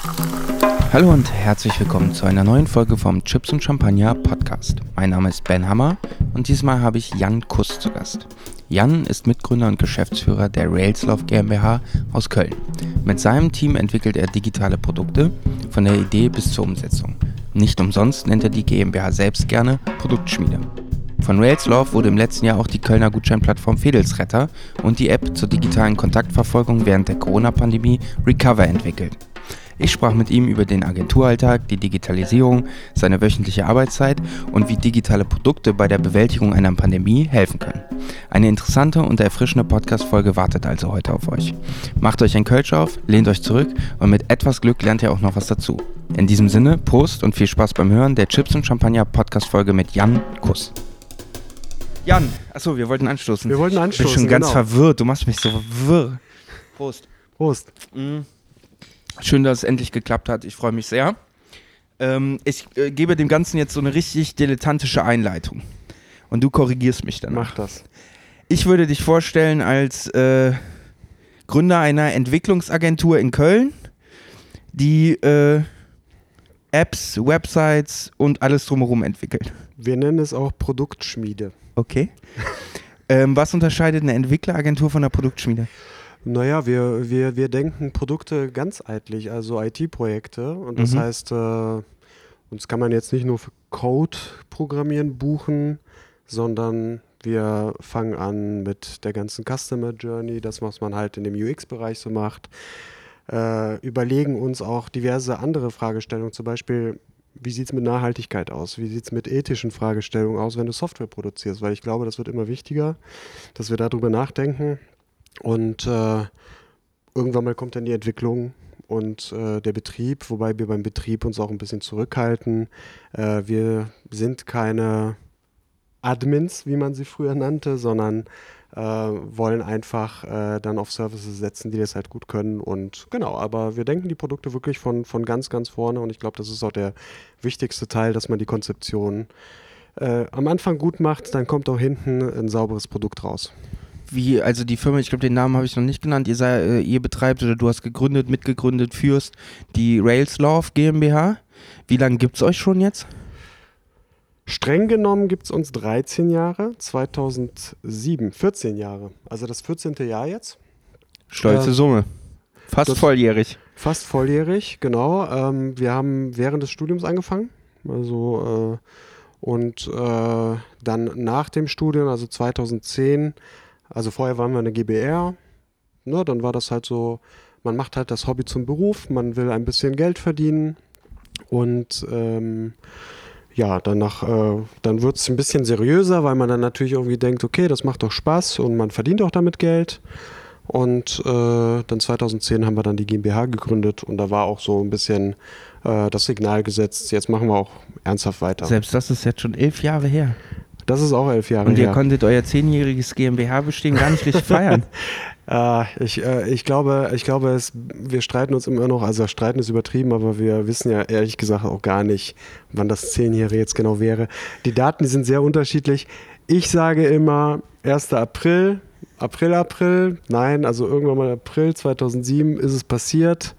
Hallo und herzlich willkommen zu einer neuen Folge vom Chips und Champagner Podcast. Mein Name ist Ben Hammer und diesmal habe ich Jan Kuss zu Gast. Jan ist Mitgründer und Geschäftsführer der Railslove GmbH aus Köln. Mit seinem Team entwickelt er digitale Produkte, von der Idee bis zur Umsetzung. Nicht umsonst nennt er die GmbH selbst gerne Produktschmiede. Von Railslove wurde im letzten Jahr auch die Kölner Gutscheinplattform Fedelsretter und die App zur digitalen Kontaktverfolgung während der Corona-Pandemie Recover entwickelt. Ich sprach mit ihm über den Agenturalltag, die Digitalisierung, seine wöchentliche Arbeitszeit und wie digitale Produkte bei der Bewältigung einer Pandemie helfen können. Eine interessante und erfrischende Podcast-Folge wartet also heute auf euch. Macht euch ein Kölsch auf, lehnt euch zurück und mit etwas Glück lernt ihr auch noch was dazu. In diesem Sinne, Prost und viel Spaß beim Hören der Chips und Champagner Podcast-Folge mit Jan Kuss. Jan, achso, wir wollten anstoßen. Ich bin schon ganz verwirrt, du machst mich so wirr. Prost. Prost. Schön, dass es endlich geklappt hat. Ich freue mich sehr. Ich gebe dem Ganzen jetzt so eine richtig dilettantische Einleitung. Und du korrigierst mich dann. Mach das. Ich würde dich vorstellen als Gründer einer Entwicklungsagentur in Köln, die Apps, Websites und alles drumherum entwickelt. Wir nennen es auch Produktschmiede. Okay. Was unterscheidet eine Entwickleragentur von einer Produktschmiede? Naja, wir denken Produkte ganzheitlich, also IT-Projekte. Und das heißt, uns kann man jetzt nicht nur für Code-Programmieren buchen, sondern wir fangen an mit der ganzen Customer Journey, das, was man halt in dem UX-Bereich so macht. Überlegen uns auch diverse andere Fragestellungen, zum Beispiel, wie sieht es mit Nachhaltigkeit aus? Wie sieht es mit ethischen Fragestellungen aus, wenn du Software produzierst? Weil ich glaube, das wird immer wichtiger, dass wir darüber nachdenken. Und irgendwann mal kommt dann die Entwicklung und der Betrieb, wobei wir beim Betrieb uns auch ein bisschen zurückhalten. Wir sind keine Admins, wie man sie früher nannte, sondern wollen einfach dann auf Services setzen, die das halt gut können. Und genau, aber wir denken die Produkte wirklich von ganz, ganz vorne. Und ich glaube, das ist auch der wichtigste Teil, dass man die Konzeption am Anfang gut macht, dann kommt auch hinten ein sauberes Produkt raus. Wie, also die Firma, ich glaube, den Namen habe ich noch nicht genannt, ihr betreibt oder du hast mitgegründet, führst die Railslove GmbH. Wie lange gibt es euch schon jetzt? Streng genommen gibt es uns 13 Jahre, 2007, 14 Jahre, also das 14. Jahr jetzt. Stolze Summe. Fast volljährig. Fast volljährig, genau. Wir haben während des Studiums angefangen, also dann nach dem Studium, also 2010, also vorher waren wir eine GbR, ne, dann war das halt so, man macht halt das Hobby zum Beruf, man will ein bisschen Geld verdienen und ja, dann wird es ein bisschen seriöser, weil man dann natürlich irgendwie denkt, okay, das macht doch Spaß und man verdient auch damit Geld. Und dann 2010 haben wir dann die GmbH gegründet und da war auch so ein bisschen das Signal gesetzt, jetzt machen wir auch ernsthaft weiter. Selbst das ist jetzt schon 11 Jahre her. Das ist auch 11 Jahre her. Und ihr konntet euer 10-jähriges GmbH-Bestehen gar nicht richtig feiern. Ich glaube, wir streiten uns immer noch, also streiten ist übertrieben, aber wir wissen ja ehrlich gesagt auch gar nicht, wann das 10-Jährige jetzt genau wäre. Die Daten, die sind sehr unterschiedlich. Ich sage immer 1. April, nein, also irgendwann mal April 2007 ist es passiert.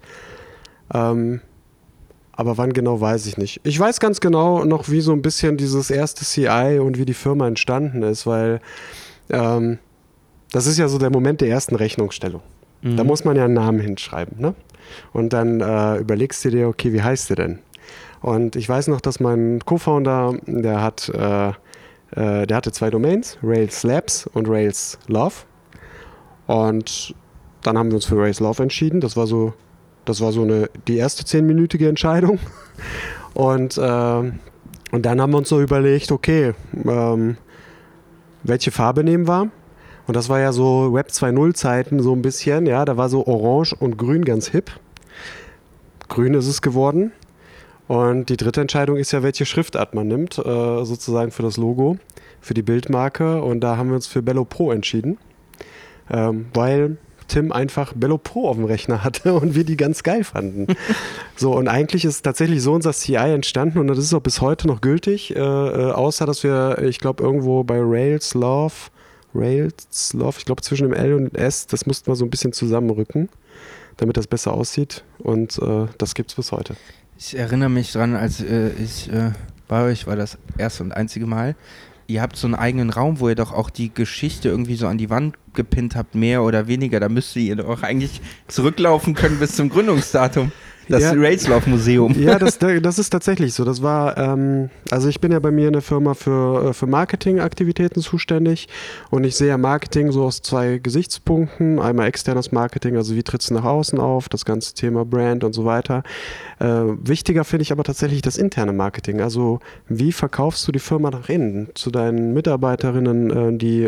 Aber wann genau, weiß ich nicht. Ich weiß ganz genau noch, wie so ein bisschen dieses erste CI und wie die Firma entstanden ist, weil das ist ja so der Moment der ersten Rechnungsstellung. Da muss man ja einen Namen hinschreiben, ne? Und dann überlegst du dir, okay, wie heißt du denn? Und ich weiß noch, dass mein Co-Founder, der hatte 2 Domains, Rails Labs und Rails Love. Und dann haben wir uns für Rails Love entschieden. Das war so die erste 10-minütige Entscheidung. Und dann haben wir uns so überlegt, okay, welche Farbe nehmen wir? Und das war ja so Web 2.0 Zeiten so ein bisschen, ja, da war so Orange und Grün ganz hip. Grün ist es geworden. Und die dritte Entscheidung ist ja, welche Schriftart man nimmt, sozusagen für das Logo, für die Bildmarke. Und da haben wir uns für Bello Pro entschieden, weil Tim einfach Bello Pro auf dem Rechner hatte und wir die ganz geil fanden. So, und eigentlich ist tatsächlich so unser CI entstanden und das ist auch bis heute noch gültig, außer dass wir, ich glaube, irgendwo bei Railslove, ich glaube zwischen dem L und dem S, das mussten wir so ein bisschen zusammenrücken. damit das besser aussieht und das gibt es bis heute. Ich erinnere mich dran, als ich bei euch war das erste und einzige Mal. Ihr habt so einen eigenen Raum, wo ihr doch auch die Geschichte irgendwie so an die Wand gepinnt habt, mehr oder weniger. Da müsstet ihr doch eigentlich zurücklaufen können bis zum Gründungsdatum. Das Railslauf-Museum. Ja, das ist tatsächlich so. Das war, also ich bin ja bei mir in der Firma für Marketingaktivitäten zuständig und ich sehe ja Marketing so aus 2 Gesichtspunkten. Einmal externes Marketing, also wie trittst du nach außen auf, das ganze Thema Brand und so weiter. Wichtiger finde ich aber tatsächlich das interne Marketing. Also wie verkaufst du die Firma nach innen zu deinen Mitarbeiterinnen, die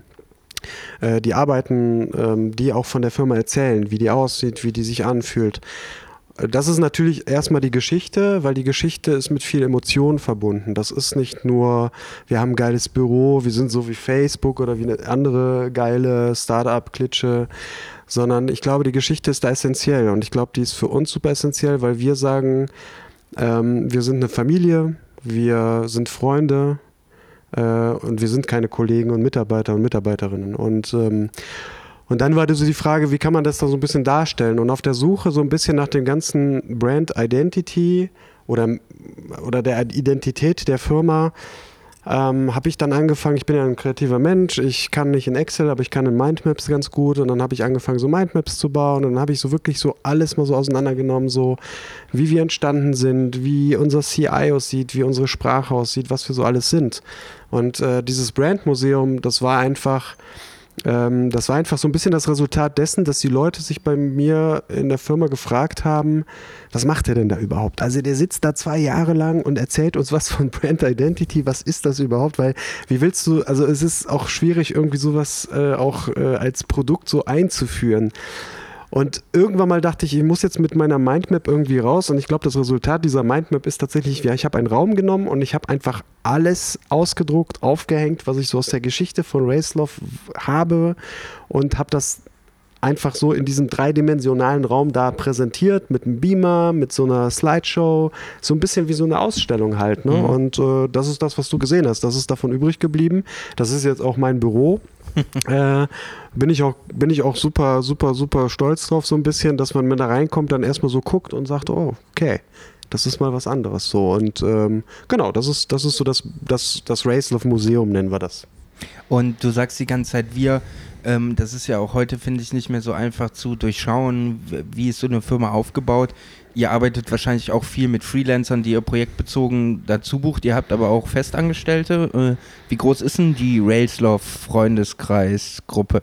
arbeiten, die auch von der Firma erzählen, wie die aussieht, wie die sich anfühlt. Das ist natürlich erstmal die Geschichte, weil die Geschichte ist mit viel Emotionen verbunden. Das ist nicht nur, wir haben ein geiles Büro, wir sind so wie Facebook oder wie eine andere geile Startup-Klitsche, sondern ich glaube, die Geschichte ist da essentiell und ich glaube, die ist für uns super essentiell, weil wir sagen, wir sind eine Familie, wir sind Freunde und wir sind keine Kollegen und Mitarbeiter und Mitarbeiterinnen und dann war so die Frage, wie kann man das da so ein bisschen darstellen? Und auf der Suche so ein bisschen nach dem ganzen Brand Identity oder der Identität der Firma habe ich dann angefangen, ich bin ja ein kreativer Mensch, ich kann nicht in Excel, aber ich kann in Mindmaps ganz gut und dann habe ich angefangen, so Mindmaps zu bauen und dann habe ich so wirklich so alles mal so auseinandergenommen, so wie wir entstanden sind, wie unser CI aussieht, wie unsere Sprache aussieht, was wir so alles sind. Und dieses Brandmuseum, das war einfach so ein bisschen das Resultat dessen, dass die Leute sich bei mir in der Firma gefragt haben, was macht er denn da überhaupt? Also der sitzt da 2 Jahre lang und erzählt uns was von Brand Identity, was ist das überhaupt? Weil wie willst du, also es ist auch schwierig irgendwie sowas auch als Produkt so einzuführen. Und irgendwann mal dachte ich muss jetzt mit meiner Mindmap irgendwie raus und ich glaube, das Resultat dieser Mindmap ist tatsächlich, ja, ich habe einen Raum genommen und ich habe einfach alles ausgedruckt, aufgehängt, was ich so aus der Geschichte von Railslauf habe und habe das einfach so in diesem 3-dimensionalen Raum da präsentiert, mit einem Beamer, mit so einer Slideshow, so ein bisschen wie so eine Ausstellung halt. Ne? Und das ist das, was du gesehen hast. Das ist davon übrig geblieben. Das ist jetzt auch mein Büro. Bin ich auch super, super, super stolz drauf, so ein bisschen, dass man, wenn da reinkommt, dann erstmal so guckt und sagt, oh, okay, das ist mal was anderes. So. Und genau, das ist so das Railslauf Museum, nennen wir das. Und du sagst die ganze Zeit, das ist ja auch heute, finde ich, nicht mehr so einfach zu durchschauen, wie ist so eine Firma aufgebaut. Ihr arbeitet wahrscheinlich auch viel mit Freelancern, die ihr projektbezogen dazu bucht. Ihr habt aber auch Festangestellte. Wie groß ist denn die Railslauf-Freundeskreis-Gruppe?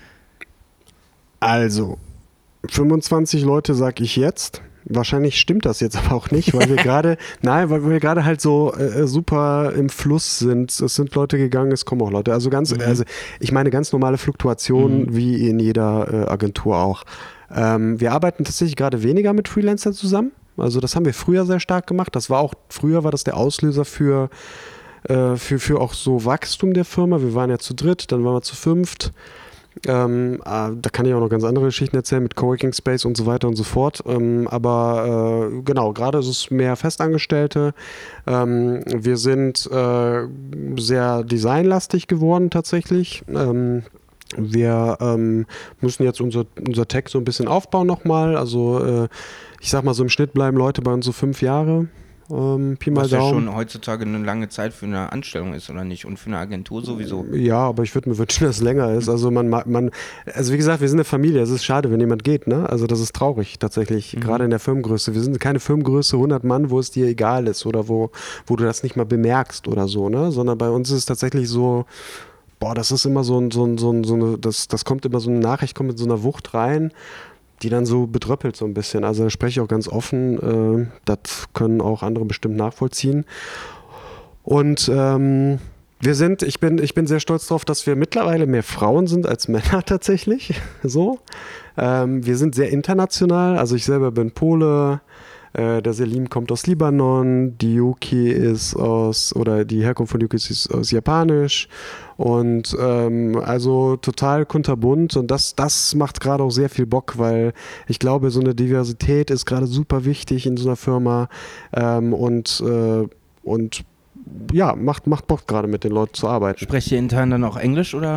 Also, 25 Leute sag ich jetzt. Wahrscheinlich stimmt das jetzt aber auch nicht, weil wir gerade, halt so super im Fluss sind. Es sind Leute gegangen, es kommen auch Leute. Also ich meine ganz normale Fluktuationen wie in jeder Agentur auch. Wir arbeiten tatsächlich gerade weniger mit Freelancern zusammen. Also das haben wir früher sehr stark gemacht. Früher war das der Auslöser für auch so Wachstum der Firma. Wir waren ja zu dritt, dann waren wir zu 5. Da kann ich auch noch ganz andere Geschichten erzählen mit Coworking Space und so weiter und so fort. Aber genau, gerade ist es mehr Festangestellte. Wir sind sehr designlastig geworden tatsächlich. Wir müssen jetzt unser Tech so ein bisschen aufbauen nochmal. Also ich sag mal so im Schnitt bleiben Leute bei uns so 5 Jahre. Pi mal Was ja Daumen. schon heutzutage eine lange Zeit für eine Anstellung ist, oder nicht? Und für eine Agentur sowieso. Ja, aber ich würde mir wünschen, dass es länger ist. Also also wie gesagt, wir sind eine Familie. Es ist schade, wenn jemand geht, ne? Also das ist traurig tatsächlich, gerade in der Firmengröße. Wir sind keine Firmengröße 100 Mann, wo es dir egal ist oder wo du das nicht mal bemerkst oder so, ne? Sondern bei uns ist es tatsächlich so, das ist immer das kommt immer so eine Nachricht, kommt mit so einer Wucht rein, die dann so bedröppelt so ein bisschen. Also da spreche ich auch ganz offen, das können auch andere bestimmt nachvollziehen. Und ich bin sehr stolz darauf, dass wir mittlerweile mehr Frauen sind als Männer tatsächlich. So. Wir sind sehr international, also ich selber bin Pole, der Selim kommt aus Libanon, die Herkunft von Yuki ist aus Japanisch und also total kunterbunt und das macht gerade auch sehr viel Bock, weil ich glaube, so eine Diversität ist gerade super wichtig in so einer Firma und ja, macht Bock gerade mit den Leuten zu arbeiten. Sprecht ihr intern dann auch Englisch oder?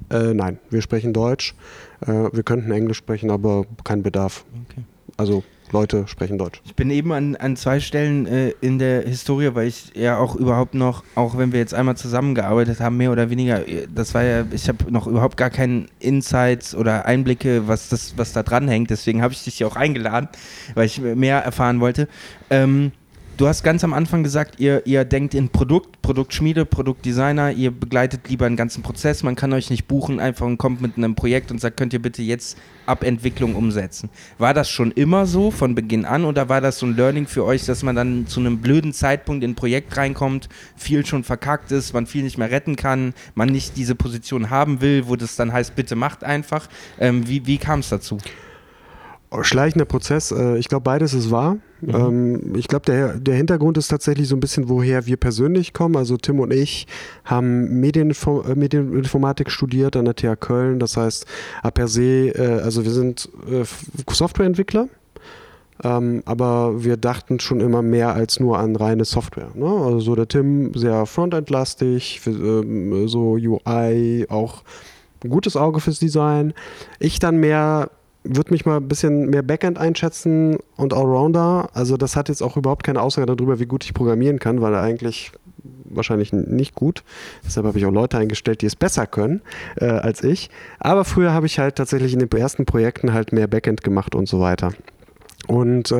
Nein, wir sprechen Deutsch. Wir könnten Englisch sprechen, aber kein Bedarf. Okay. Also Leute sprechen Deutsch. Ich bin eben an 2 Stellen in der Historie, weil ich ja auch überhaupt noch, auch wenn wir jetzt einmal zusammengearbeitet haben, mehr oder weniger, das war ja, ich habe noch überhaupt gar keinen Insights oder Einblicke, was da dran hängt, deswegen habe ich dich ja auch eingeladen, weil ich mehr erfahren wollte. Du hast ganz am Anfang gesagt, ihr denkt in Produktschmiede, Produktdesigner, ihr begleitet lieber einen ganzen Prozess, man kann euch nicht buchen, einfach und kommt mit einem Projekt und sagt, könnt ihr bitte jetzt ab Entwicklung umsetzen. War das schon immer so von Beginn an oder war das so ein Learning für euch, dass man dann zu einem blöden Zeitpunkt in ein Projekt reinkommt, viel schon verkackt ist, man viel nicht mehr retten kann, man nicht diese Position haben will, wo das dann heißt, bitte macht einfach. Wie kam es dazu? Schleichender Prozess, ich glaube, beides ist wahr. Ich glaube, der Hintergrund ist tatsächlich so ein bisschen, woher wir persönlich kommen. Also Tim und ich haben Medieninformatik studiert an der TH Köln. Das heißt, per se, also wir sind Softwareentwickler, aber wir dachten schon immer mehr als nur an reine Software. Ne? Also der Tim sehr Frontend-lastig, so UI, auch ein gutes Auge fürs Design. Ich dann würde mich mal ein bisschen mehr Backend einschätzen und Allrounder. Also das hat jetzt auch überhaupt keine Aussage darüber, wie gut ich programmieren kann, weil eigentlich wahrscheinlich nicht gut. Deshalb habe ich auch Leute eingestellt, die es besser können als ich. Aber früher habe ich halt tatsächlich in den ersten Projekten halt mehr Backend gemacht und so weiter. Und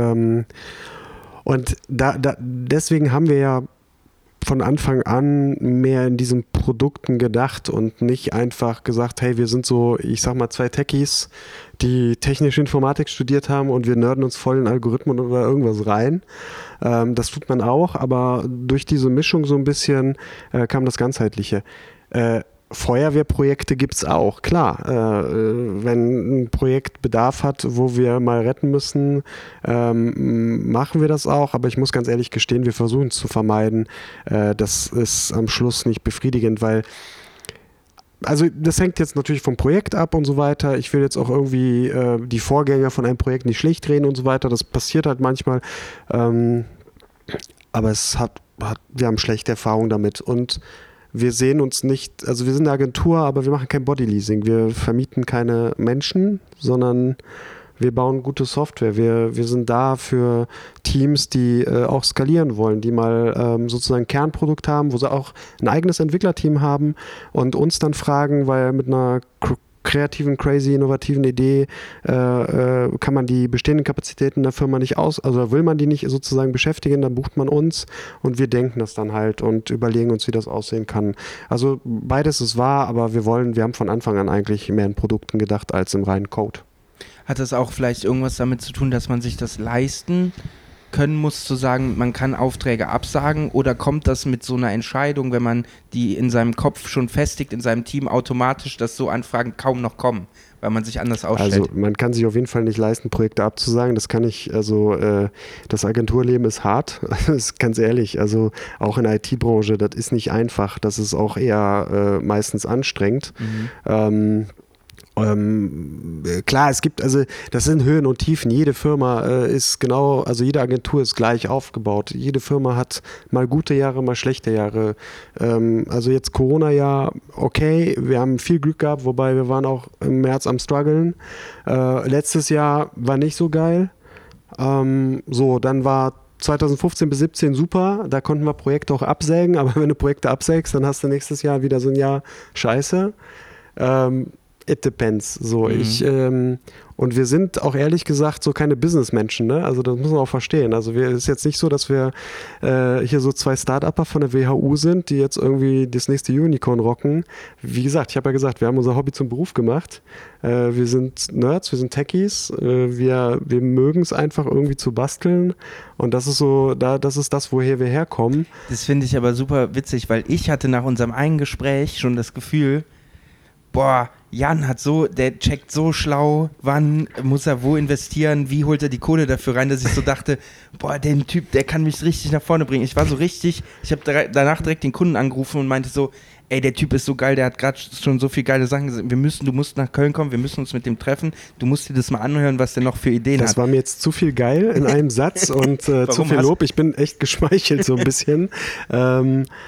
deswegen haben wir ja von Anfang an mehr in diesen Produkten gedacht und nicht einfach gesagt, hey, wir sind so, ich sag mal, 2 Techies, die technische Informatik studiert haben und wir nerden uns voll in Algorithmen oder irgendwas rein. Das tut man auch, aber durch diese Mischung so ein bisschen kam das Ganzheitliche. Feuerwehrprojekte gibt es auch, klar. Wenn ein Projekt Bedarf hat, wo wir mal retten müssen, machen wir das auch. Aber ich muss ganz ehrlich gestehen, wir versuchen es zu vermeiden. Das ist am Schluss nicht befriedigend, weil also das hängt jetzt natürlich vom Projekt ab und so weiter. Ich will jetzt auch irgendwie die Vorgänger von einem Projekt nicht schlecht reden und so weiter. Das passiert halt manchmal. Aber wir haben schlechte Erfahrungen damit und wir sehen uns nicht, also wir sind eine Agentur, aber wir machen kein Bodyleasing. Wir vermieten keine Menschen, sondern wir bauen gute Software. Wir sind da für Teams, die auch skalieren wollen, die mal sozusagen ein Kernprodukt haben, wo sie auch ein eigenes Entwicklerteam haben und uns dann fragen, weil mit einer kreativen, crazy, innovativen Idee kann man die bestehenden Kapazitäten der Firma nicht also will man die nicht sozusagen beschäftigen, dann bucht man uns und wir denken das dann halt und überlegen uns, wie das aussehen kann. Also beides ist wahr, aber wir haben von Anfang an eigentlich mehr in Produkten gedacht als im reinen Code. Hat das auch vielleicht irgendwas damit zu tun, dass man sich das leisten können muss, zu sagen, man kann Aufträge absagen, oder kommt das mit so einer Entscheidung, wenn man die in seinem Kopf schon festigt, in seinem Team automatisch, dass so Anfragen kaum noch kommen, weil man sich anders ausstellt? Also man kann sich auf jeden Fall nicht leisten, Projekte abzusagen, das kann ich, also das Agenturleben ist hart, das ist ganz ehrlich, also auch in der IT-Branche, das ist nicht einfach, das ist auch eher meistens anstrengend. Klar, es gibt, also das sind Höhen und Tiefen, jede Firma ist genau, also jede Agentur ist gleich aufgebaut, jede Firma hat mal gute Jahre, mal schlechte Jahre, also jetzt Corona-Jahr, okay, wir haben viel Glück gehabt, wobei wir waren auch im März am struggeln, letztes Jahr war nicht so geil, dann war 2015 bis 2017 super, da konnten wir Projekte auch absägen, aber wenn du Projekte absägst, dann hast du nächstes Jahr wieder so ein Jahr Scheiße. It depends. So, und wir sind auch ehrlich gesagt so keine Businessmenschen, ne? Also das muss man auch verstehen. Also es ist jetzt nicht so, dass wir hier so 2 Start-Upper von der WHU sind, die jetzt irgendwie das nächste Unicorn rocken. Wie gesagt, ich habe ja gesagt, wir haben unser Hobby zum Beruf gemacht. Wir sind Nerds, wir sind Techies. Wir mögen es einfach irgendwie zu basteln. Und das ist so, das ist das, woher wir herkommen. Das finde ich aber super witzig, weil ich hatte nach unserem einen Gespräch schon das Gefühl, boah, Jan der checkt so schlau, wann muss er wo investieren, wie holt er die Kohle dafür rein, dass ich so dachte, boah, den Typ, der kann mich richtig nach vorne bringen. Ich war so richtig, ich habe danach direkt den Kunden angerufen und meinte so, ey, der Typ ist so geil, der hat gerade schon so viele geile Sachen gesagt, du musst nach Köln kommen, wir müssen uns mit dem treffen, du musst dir das mal anhören, was der noch für Ideen hat. Das war mir jetzt zu viel geil in einem Satz und zu viel Lob, ich bin echt geschmeichelt so ein bisschen.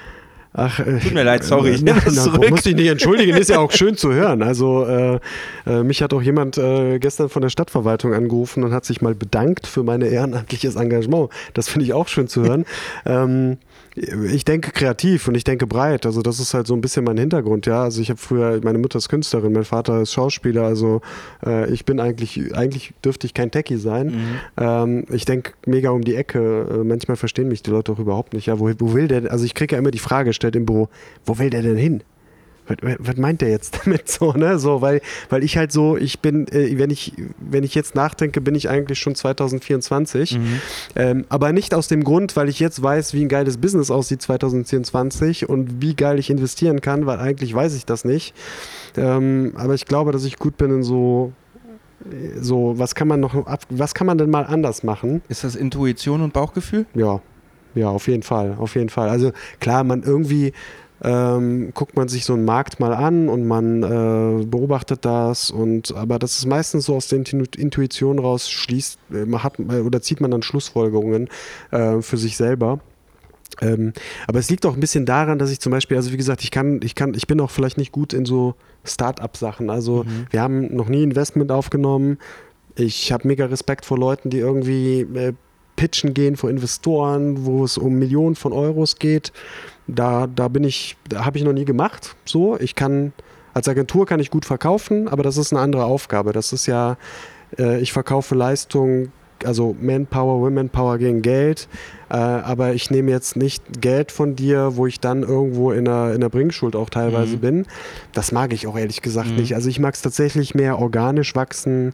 Ach, tut mir leid, sorry. Muss ich nicht entschuldigen, ist ja auch schön zu hören. Also mich hat auch jemand gestern von der Stadtverwaltung angerufen und hat sich mal bedankt für mein ehrenamtliches Engagement. Das finde ich auch schön zu hören. Ich denke kreativ und ich denke breit. Also das ist halt so ein bisschen mein Hintergrund, ja. Also ich habe früher, meine Mutter ist Künstlerin, mein Vater ist Schauspieler, also ich bin eigentlich dürfte ich kein Techie sein. Ich denke mega um die Ecke. Manchmal verstehen mich die Leute auch überhaupt nicht. Ja, wo will der, also ich kriege ja immer die Frage gestellt im Büro, wo will der denn hin? Was meint der jetzt damit so, ne? So, weil ich halt so, ich bin, wenn ich jetzt nachdenke, bin ich eigentlich schon 2024. Aber nicht aus dem Grund, weil ich jetzt weiß, wie ein geiles Business aussieht 2024 und wie geil ich investieren kann, weil eigentlich weiß ich das nicht. Aber ich glaube, dass ich gut bin in so, was kann man denn mal anders machen? Ist das Intuition und Bauchgefühl? Ja, auf jeden Fall. Also klar, man irgendwie guckt man sich so einen Markt mal an und man beobachtet das aber das ist meistens so aus der Intuition raus zieht man dann Schlussfolgerungen für sich selber. Aber es liegt auch ein bisschen daran, dass ich zum Beispiel, also wie gesagt, ich bin auch vielleicht nicht gut in so Start-up-Sachen. Also wir haben noch nie Investment aufgenommen. Ich habe mega Respekt vor Leuten, die irgendwie pitchen gehen vor Investoren, wo es um Millionen von Euros geht. Da habe ich noch nie gemacht. So, als Agentur kann ich gut verkaufen, aber das ist eine andere Aufgabe. Das ist ja, ich verkaufe Leistung, also Manpower, Womenpower gegen Geld, aber ich nehme jetzt nicht Geld von dir, wo ich dann irgendwo in einer Bringschuld auch teilweise bin. Das mag ich auch ehrlich gesagt nicht. Also ich mag es tatsächlich mehr organisch wachsen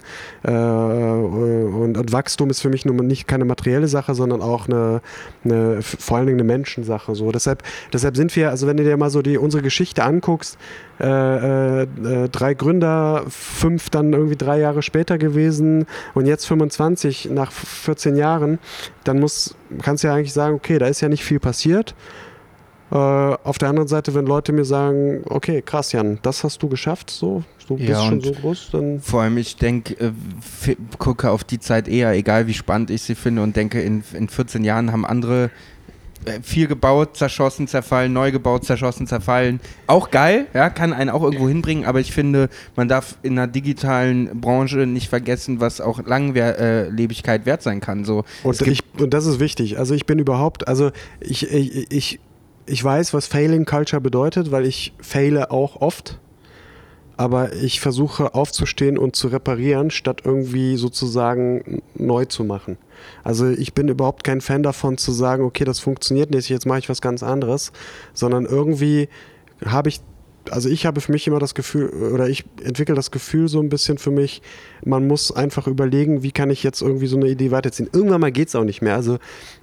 und Wachstum ist für mich nur nicht keine materielle Sache, sondern auch vor allen Dingen eine Menschensache. So. Deshalb sind wir, also wenn du dir mal so unsere Geschichte anguckst, 3 Gründer, 5 dann irgendwie 3 Jahre später gewesen und jetzt 25 nach 14 Jahren, dann kannst du ja eigentlich sagen, okay, da ist ja nicht viel passiert. Auf der anderen Seite, wenn Leute mir sagen, okay, krass, Jan, das hast du geschafft, so, du bist schon so groß, dann... Vor allem, ich denke, gucke auf die Zeit eher, egal wie spannend ich sie finde und denke, in 14 Jahren haben andere viel gebaut, zerschossen, zerfallen, neu gebaut, zerschossen, zerfallen. Auch geil, ja, kann einen auch irgendwo hinbringen, aber ich finde, man darf in einer digitalen Branche nicht vergessen, was auch Langlebigkeit wert sein kann. So, und das ist wichtig. Also ich bin überhaupt, also ich weiß, was Failing Culture bedeutet, weil ich faile auch oft. Aber ich versuche aufzustehen und zu reparieren, statt irgendwie sozusagen neu zu machen. Also ich bin überhaupt kein Fan davon zu sagen, okay, das funktioniert nicht, jetzt mache ich was ganz anderes, sondern irgendwie ich habe für mich immer das Gefühl, oder ich entwickle das Gefühl so ein bisschen für mich, man muss einfach überlegen, wie kann ich jetzt irgendwie so eine Idee weiterziehen. Irgendwann mal geht es auch nicht mehr. Also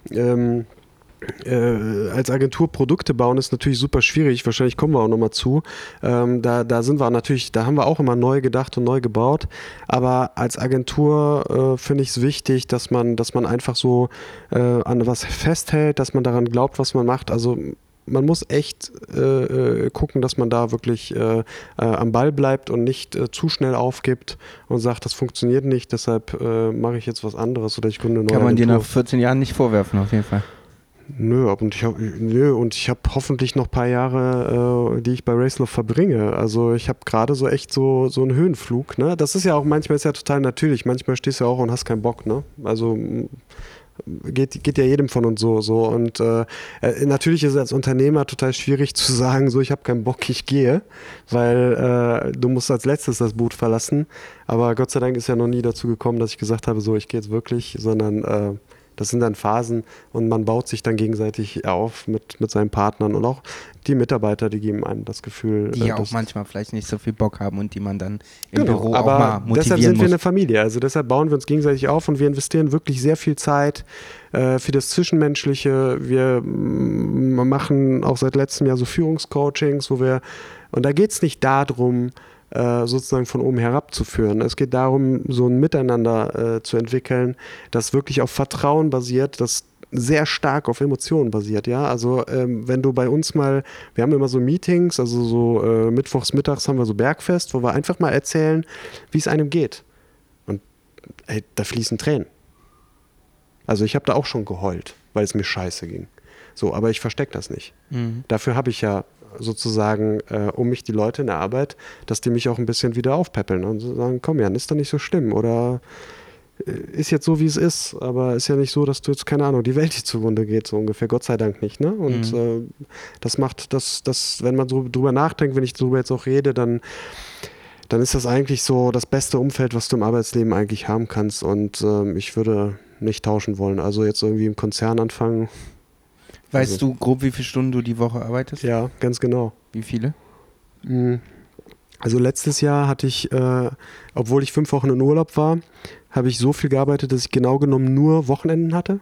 als Agentur Produkte bauen ist natürlich super schwierig, wahrscheinlich kommen wir auch nochmal zu. Da haben wir auch immer neu gedacht und neu gebaut, aber als Agentur finde ich es wichtig, dass man einfach so an was festhält, dass man daran glaubt, was man macht. Also man muss echt gucken, dass man da wirklich am Ball bleibt und nicht zu schnell aufgibt und sagt, das funktioniert nicht, deshalb mache ich jetzt was anderes oder ich gründe eine neue Kann man Agentur. dir nach 14 Jahren nicht vorwerfen, auf jeden Fall. Nö, und ich habe hoffentlich noch ein paar Jahre, die ich bei Racelove verbringe. Also ich habe gerade so echt so einen Höhenflug. Ne? Das ist ja auch manchmal ist ja total natürlich. Manchmal stehst du ja auch und hast keinen Bock. Ne? Also geht ja jedem von uns so. Und natürlich ist es als Unternehmer total schwierig zu sagen, so ich habe keinen Bock, ich gehe, weil du musst als letztes das Boot verlassen. Aber Gott sei Dank ist ja noch nie dazu gekommen, dass ich gesagt habe, so ich gehe jetzt wirklich, sondern das sind dann Phasen und man baut sich dann gegenseitig auf mit seinen Partnern und auch die Mitarbeiter, die geben einem das Gefühl. Die auch manchmal vielleicht nicht so viel Bock haben und die man dann im Büro auch mal motivieren muss. Deshalb sind wir eine Familie, also deshalb bauen wir uns gegenseitig auf und wir investieren wirklich sehr viel Zeit für das Zwischenmenschliche. Wir machen auch seit letztem Jahr so Führungscoachings, und da geht es nicht darum, sozusagen von oben herab zu führen. Es geht darum, so ein Miteinander zu entwickeln, das wirklich auf Vertrauen basiert, das sehr stark auf Emotionen basiert, ja. Also wenn du bei uns wir haben immer so Meetings, also so mittwochs mittags haben wir so Bergfest, wo wir einfach mal erzählen, wie es einem geht. Und da fließen Tränen. Also ich habe da auch schon geheult, weil es mir scheiße ging. So, aber ich verstecke das nicht. Dafür habe ich ja sozusagen um mich die Leute in der Arbeit, dass die mich auch ein bisschen wieder aufpäppeln und sagen, komm Jan, ist doch nicht so schlimm oder ist jetzt so, wie es ist, aber ist ja nicht so, dass du jetzt, keine Ahnung, die Welt dir zugrunde geht, so ungefähr, Gott sei Dank nicht, ne? Und das macht, das, wenn man so drüber nachdenkt, wenn ich darüber jetzt auch rede, dann ist das eigentlich so das beste Umfeld, was du im Arbeitsleben eigentlich haben kannst und ich würde nicht tauschen wollen, also jetzt irgendwie im Konzern anfangen. Weißt du grob, wie viele Stunden du die Woche arbeitest? Ja, ganz genau. Wie viele? Also letztes Jahr hatte ich, obwohl ich 5 Wochen in Urlaub war, habe ich so viel gearbeitet, dass ich genau genommen nur Wochenenden hatte.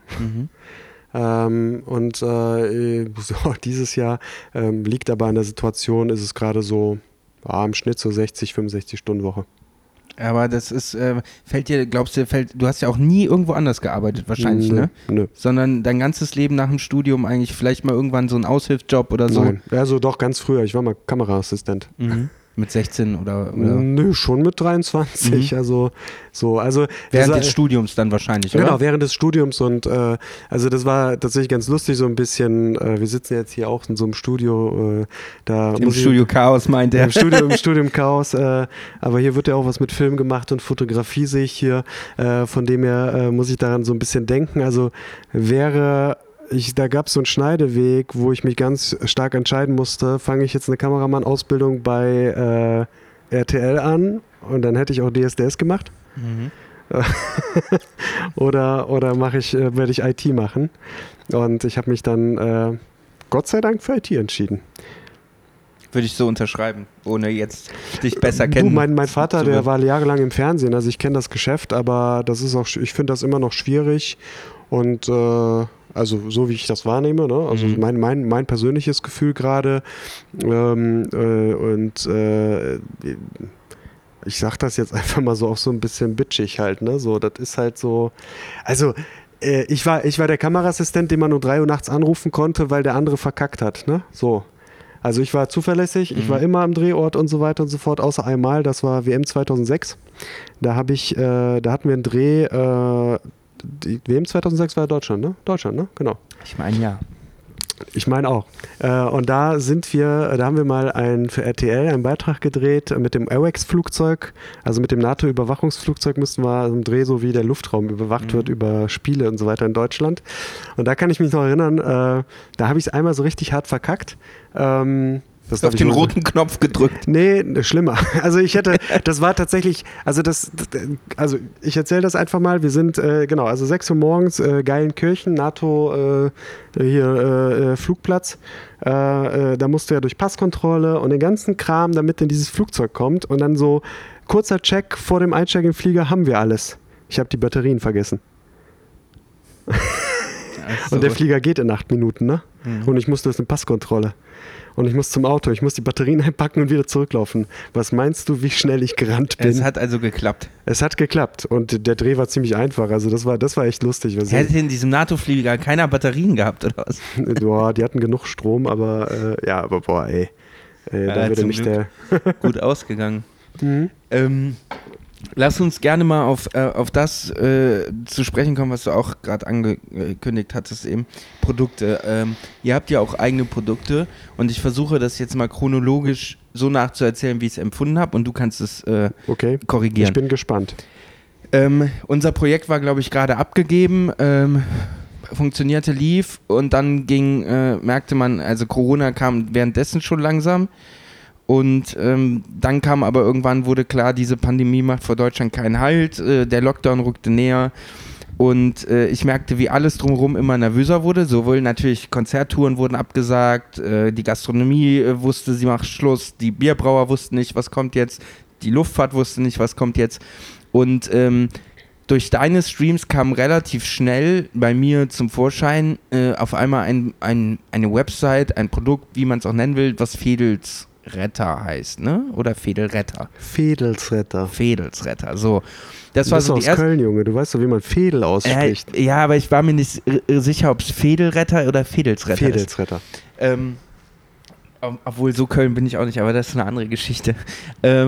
So, dieses Jahr liegt aber an der Situation, ist es gerade so im Schnitt so 60, 65 Stunden Woche. Aber das ist, du hast ja auch nie irgendwo anders gearbeitet wahrscheinlich, ne? Nö. Sondern dein ganzes Leben nach dem Studium eigentlich vielleicht mal irgendwann so ein Aushilfsjob oder so? Nein, also doch ganz früher, ich war mal Kameraassistent. Mit 16 oder? Nö, schon mit 23, also während des Studiums dann wahrscheinlich, oder? Genau, während des Studiums und also das war tatsächlich ganz lustig, so ein bisschen, wir sitzen jetzt hier auch in so einem Studio, Im Studio Chaos meint er. Im Studium Chaos, aber hier wird ja auch was mit Film gemacht und Fotografie sehe ich hier, von dem her muss ich daran so ein bisschen denken, also da gab es so einen Scheideweg, wo ich mich ganz stark entscheiden musste, fange ich jetzt eine Kameramann-Ausbildung bei RTL an und dann hätte ich auch DSDS gemacht. oder werde ich IT machen. Und ich habe mich dann Gott sei Dank für IT entschieden. Würde ich so unterschreiben, ohne jetzt dich besser kennen. Mein Vater, der war jahrelang im Fernsehen, also ich kenne das Geschäft, aber das ist auch, ich finde das immer noch schwierig und also so wie ich das wahrnehme, ne? Also mein persönliches Gefühl gerade ich sag das jetzt einfach mal so auch so ein bisschen bitchig halt, ne? So, das ist halt so, also ich war der Kameraassistent, den man um 3 Uhr nachts anrufen konnte, weil der andere verkackt hat, ne? So. Also ich war zuverlässig, ich war immer am Drehort und so weiter und so fort, außer einmal, das war WM 2006. Da hatten wir einen Dreh, die WM 2006 war Deutschland, ne? Deutschland, ne? Genau. Ich meine, ja. Ich meine auch. Und da haben wir mal für RTL einen Beitrag gedreht mit dem AWACS-Flugzeug, also mit dem NATO-Überwachungsflugzeug mussten wir im Dreh, so wie der Luftraum überwacht wird über Spiele und so weiter in Deutschland. Und da kann ich mich noch erinnern, da habe ich es einmal so richtig hart verkackt. Hast du auf den roten Knopf gedrückt? Nee, schlimmer. Also das war tatsächlich, also ich erzähle das einfach mal, wir sind, also 6 Uhr morgens, Geilenkirchen, NATO, Flugplatz, da musst du ja durch Passkontrolle und den ganzen Kram, damit in dieses Flugzeug kommt und dann so kurzer Check vor dem Einsteigen im Flieger, haben wir alles. Ich habe die Batterien vergessen. So. Und der Flieger geht in 8 Minuten, ne? Und ich musste das in Passkontrolle. Und ich muss zum Auto, ich muss die Batterien einpacken und wieder zurücklaufen. Was meinst du, wie schnell ich gerannt bin? Es hat also geklappt. Es hat geklappt und der Dreh war ziemlich einfach, also das war echt lustig. Hätte in diesem NATO-Flieger keiner Batterien gehabt, oder was? Boah, die hatten genug Strom, aber da würde nicht der... Gut ausgegangen. Lass uns gerne mal auf das zu sprechen kommen, was du auch gerade angekündigt hattest eben. Produkte. Ihr habt ja auch eigene Produkte und ich versuche das jetzt mal chronologisch so nachzuerzählen, wie ich es empfunden habe und du kannst es korrigieren. Ich bin gespannt. Unser Projekt war, glaube ich, gerade abgegeben, funktionierte, lief und dann merkte man, also Corona kam währenddessen schon langsam. Und dann kam aber irgendwann, wurde klar, diese Pandemie macht vor Deutschland keinen Halt, der Lockdown rückte näher und ich merkte, wie alles drumherum immer nervöser wurde, sowohl natürlich Konzerttouren wurden abgesagt, die Gastronomie wusste, sie macht Schluss, die Bierbrauer wussten nicht, was kommt jetzt, die Luftfahrt wusste nicht, was kommt jetzt und durch deine Streams kam relativ schnell bei mir zum Vorschein auf einmal eine Website, ein Produkt, wie man es auch nennen will, was Fedelsretter heißt, ne? Oder Fedelretter? Fedelsretter, so. Das war so die aus Köln, Junge, du weißt doch, wie man Fedel ausspricht. Ja, aber ich war mir nicht sicher, ob es Fedelretter oder Fedelsretter ist. Fedelsretter. Obwohl, so Köln bin ich auch nicht, aber das ist eine andere Geschichte.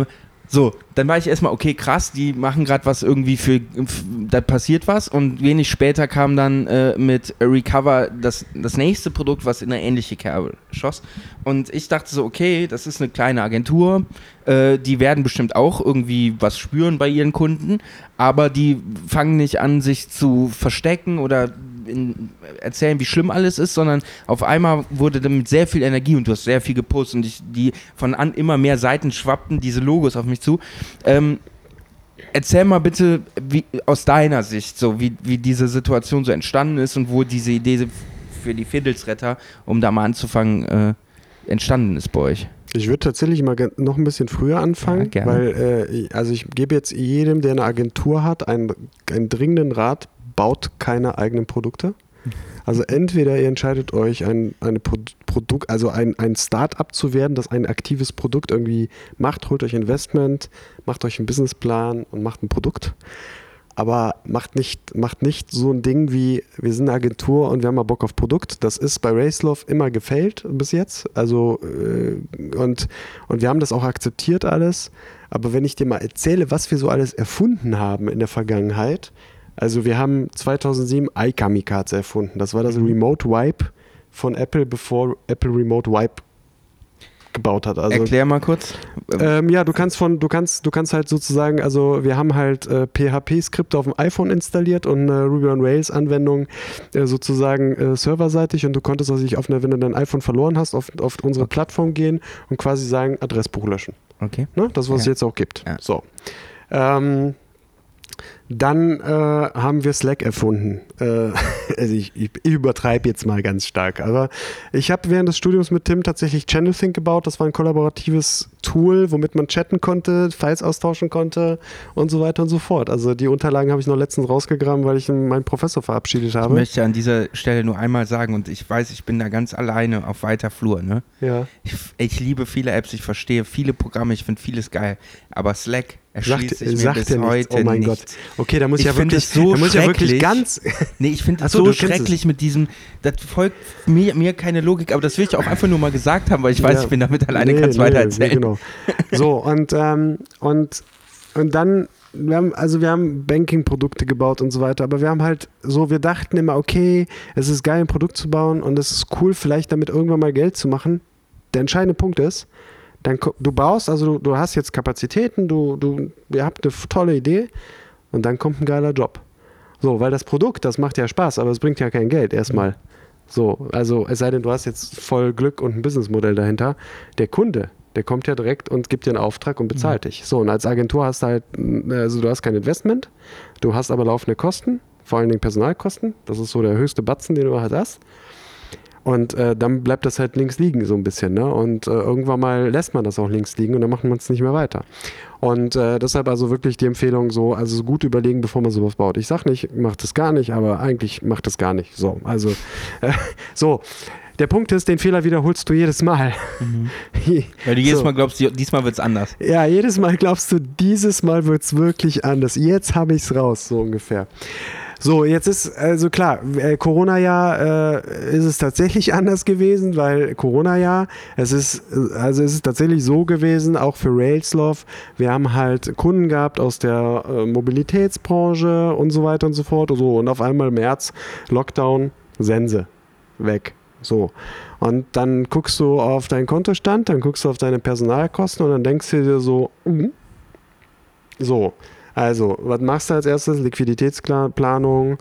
So, dann war ich erstmal, okay, krass, die machen gerade was irgendwie da passiert was und wenig später kam dann mit Recover das nächste Produkt, was in eine ähnliche Kerbe schoss. Und ich dachte so, okay, das ist eine kleine Agentur, die werden bestimmt auch irgendwie was spüren bei ihren Kunden, aber die fangen nicht an, sich zu verstecken oder erzählen, wie schlimm alles ist, sondern auf einmal wurde damit sehr viel Energie und du hast sehr viel gepostet und die von immer mehr Seiten schwappten diese Logos auf mich zu. Erzähl mal bitte aus deiner Sicht, so wie diese Situation so entstanden ist und wo diese Idee für die Fiddlesretter, um da mal anzufangen, entstanden ist bei euch. Ich würde tatsächlich mal noch ein bisschen früher anfangen, ja, weil also ich gebe jetzt jedem, der eine Agentur hat, einen dringenden Rat: Baut keine eigenen Produkte. Also entweder ihr entscheidet euch, ein Start-up zu werden, das ein aktives Produkt irgendwie macht, holt euch Investment, macht euch einen Businessplan und macht ein Produkt. Aber macht nicht so ein Ding wie, wir sind eine Agentur und wir haben mal Bock auf Produkt. Das ist bei Racelauf immer gefailt bis jetzt. Also und wir haben das auch akzeptiert alles. Aber wenn ich dir mal erzähle, was wir so alles erfunden haben in der Vergangenheit. Also wir haben 2007 iCamikaze erfunden. Das war das Remote Wipe von Apple, bevor Apple Remote Wipe gebaut hat. Also, erklär mal kurz. Ja, du kannst halt sozusagen, also wir haben halt PHP-Skripte auf dem iPhone installiert und eine Ruby on Rails Anwendung sozusagen serverseitig, und du konntest also wenn du dein iPhone verloren hast, auf unsere Plattform gehen und quasi sagen, Adressbuch löschen. Okay. Ne? Das, was es jetzt auch gibt. Ja. So. Dann haben wir Slack erfunden. Also ich übertreibe jetzt mal ganz stark, aber ich habe während des Studiums mit Tim tatsächlich ChannelThink gebaut. Das war ein kollaboratives Tool, womit man chatten konnte, Files austauschen konnte und so weiter und so fort. Also die Unterlagen habe ich noch letztens rausgegraben, weil ich meinen Professor verabschiedet habe. Ich möchte an dieser Stelle nur einmal sagen, und ich weiß, ich bin da ganz alleine auf weiter Flur. Ne? Ja. Ich liebe viele Apps, ich verstehe viele Programme, ich finde vieles geil, aber Slack erschließt sich mir bis heute oh mein nicht. Gott. Okay, da muss ich ja wirklich, so wirklich ganz... Nee, ich finde es so schrecklich mit diesem, das folgt mir keine Logik, aber das will ich auch einfach nur mal gesagt haben, weil ich weiß, ich bin damit alleine, kann es weiter erzählen. Genau. So, und dann, wir haben Banking-Produkte gebaut und so weiter, aber wir dachten immer, okay, es ist geil, ein Produkt zu bauen und es ist cool, vielleicht damit irgendwann mal Geld zu machen. Der entscheidende Punkt ist, du baust, also du hast jetzt Kapazitäten, ihr habt eine tolle Idee und dann kommt ein geiler Job. So, weil das Produkt, das macht ja Spaß, aber es bringt ja kein Geld erstmal. So, also es sei denn, du hast jetzt voll Glück und ein Businessmodell dahinter. Der Kunde, der kommt ja direkt und gibt dir einen Auftrag und bezahlt dich. So, und als Agentur hast du halt, also du hast kein Investment, du hast aber laufende Kosten, vor allen Dingen Personalkosten. Das ist so der höchste Batzen, den du halt hast. Und dann bleibt das halt links liegen so ein bisschen, ne? Und irgendwann mal lässt man das auch links liegen und dann macht man es nicht mehr weiter. Und deshalb also wirklich die Empfehlung so gut überlegen, bevor man sowas baut. Ich sag nicht, macht das gar nicht, aber eigentlich macht das gar nicht. So, also so. Der Punkt ist, den Fehler wiederholst du jedes Mal. Mhm. Weil du jedes Mal glaubst, diesmal wird es anders. Ja, jedes Mal glaubst du, dieses Mal wird es wirklich anders. Jetzt habe ich es raus, so ungefähr. So, jetzt ist, also klar, Corona-Jahr ist es tatsächlich anders gewesen, weil Corona-Jahr, es ist tatsächlich so gewesen, auch für Racelauf, wir haben halt Kunden gehabt aus der Mobilitätsbranche und so weiter und so fort. So, und auf einmal März, Lockdown, Sense, weg. So. Und dann guckst du auf deinen Kontostand, dann guckst du auf deine Personalkosten und dann denkst du dir so, so. Also, was machst du als erstes? Liquiditätsplanung,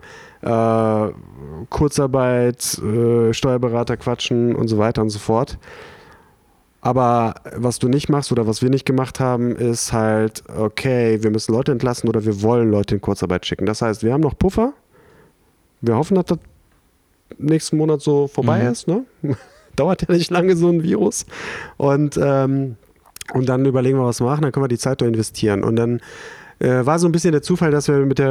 Kurzarbeit, Steuerberater quatschen und so weiter und so fort. Aber was du nicht machst oder was wir nicht gemacht haben, ist halt, okay, wir müssen Leute entlassen oder wir wollen Leute in Kurzarbeit schicken. Das heißt, wir haben noch Puffer. Wir hoffen, dass das nächsten Monat so vorbei ist. Ne? Dauert ja nicht lange so ein Virus. Und dann überlegen wir, was wir machen. Dann können wir die Zeit doch investieren. Und dann war so ein bisschen der Zufall, dass wir mit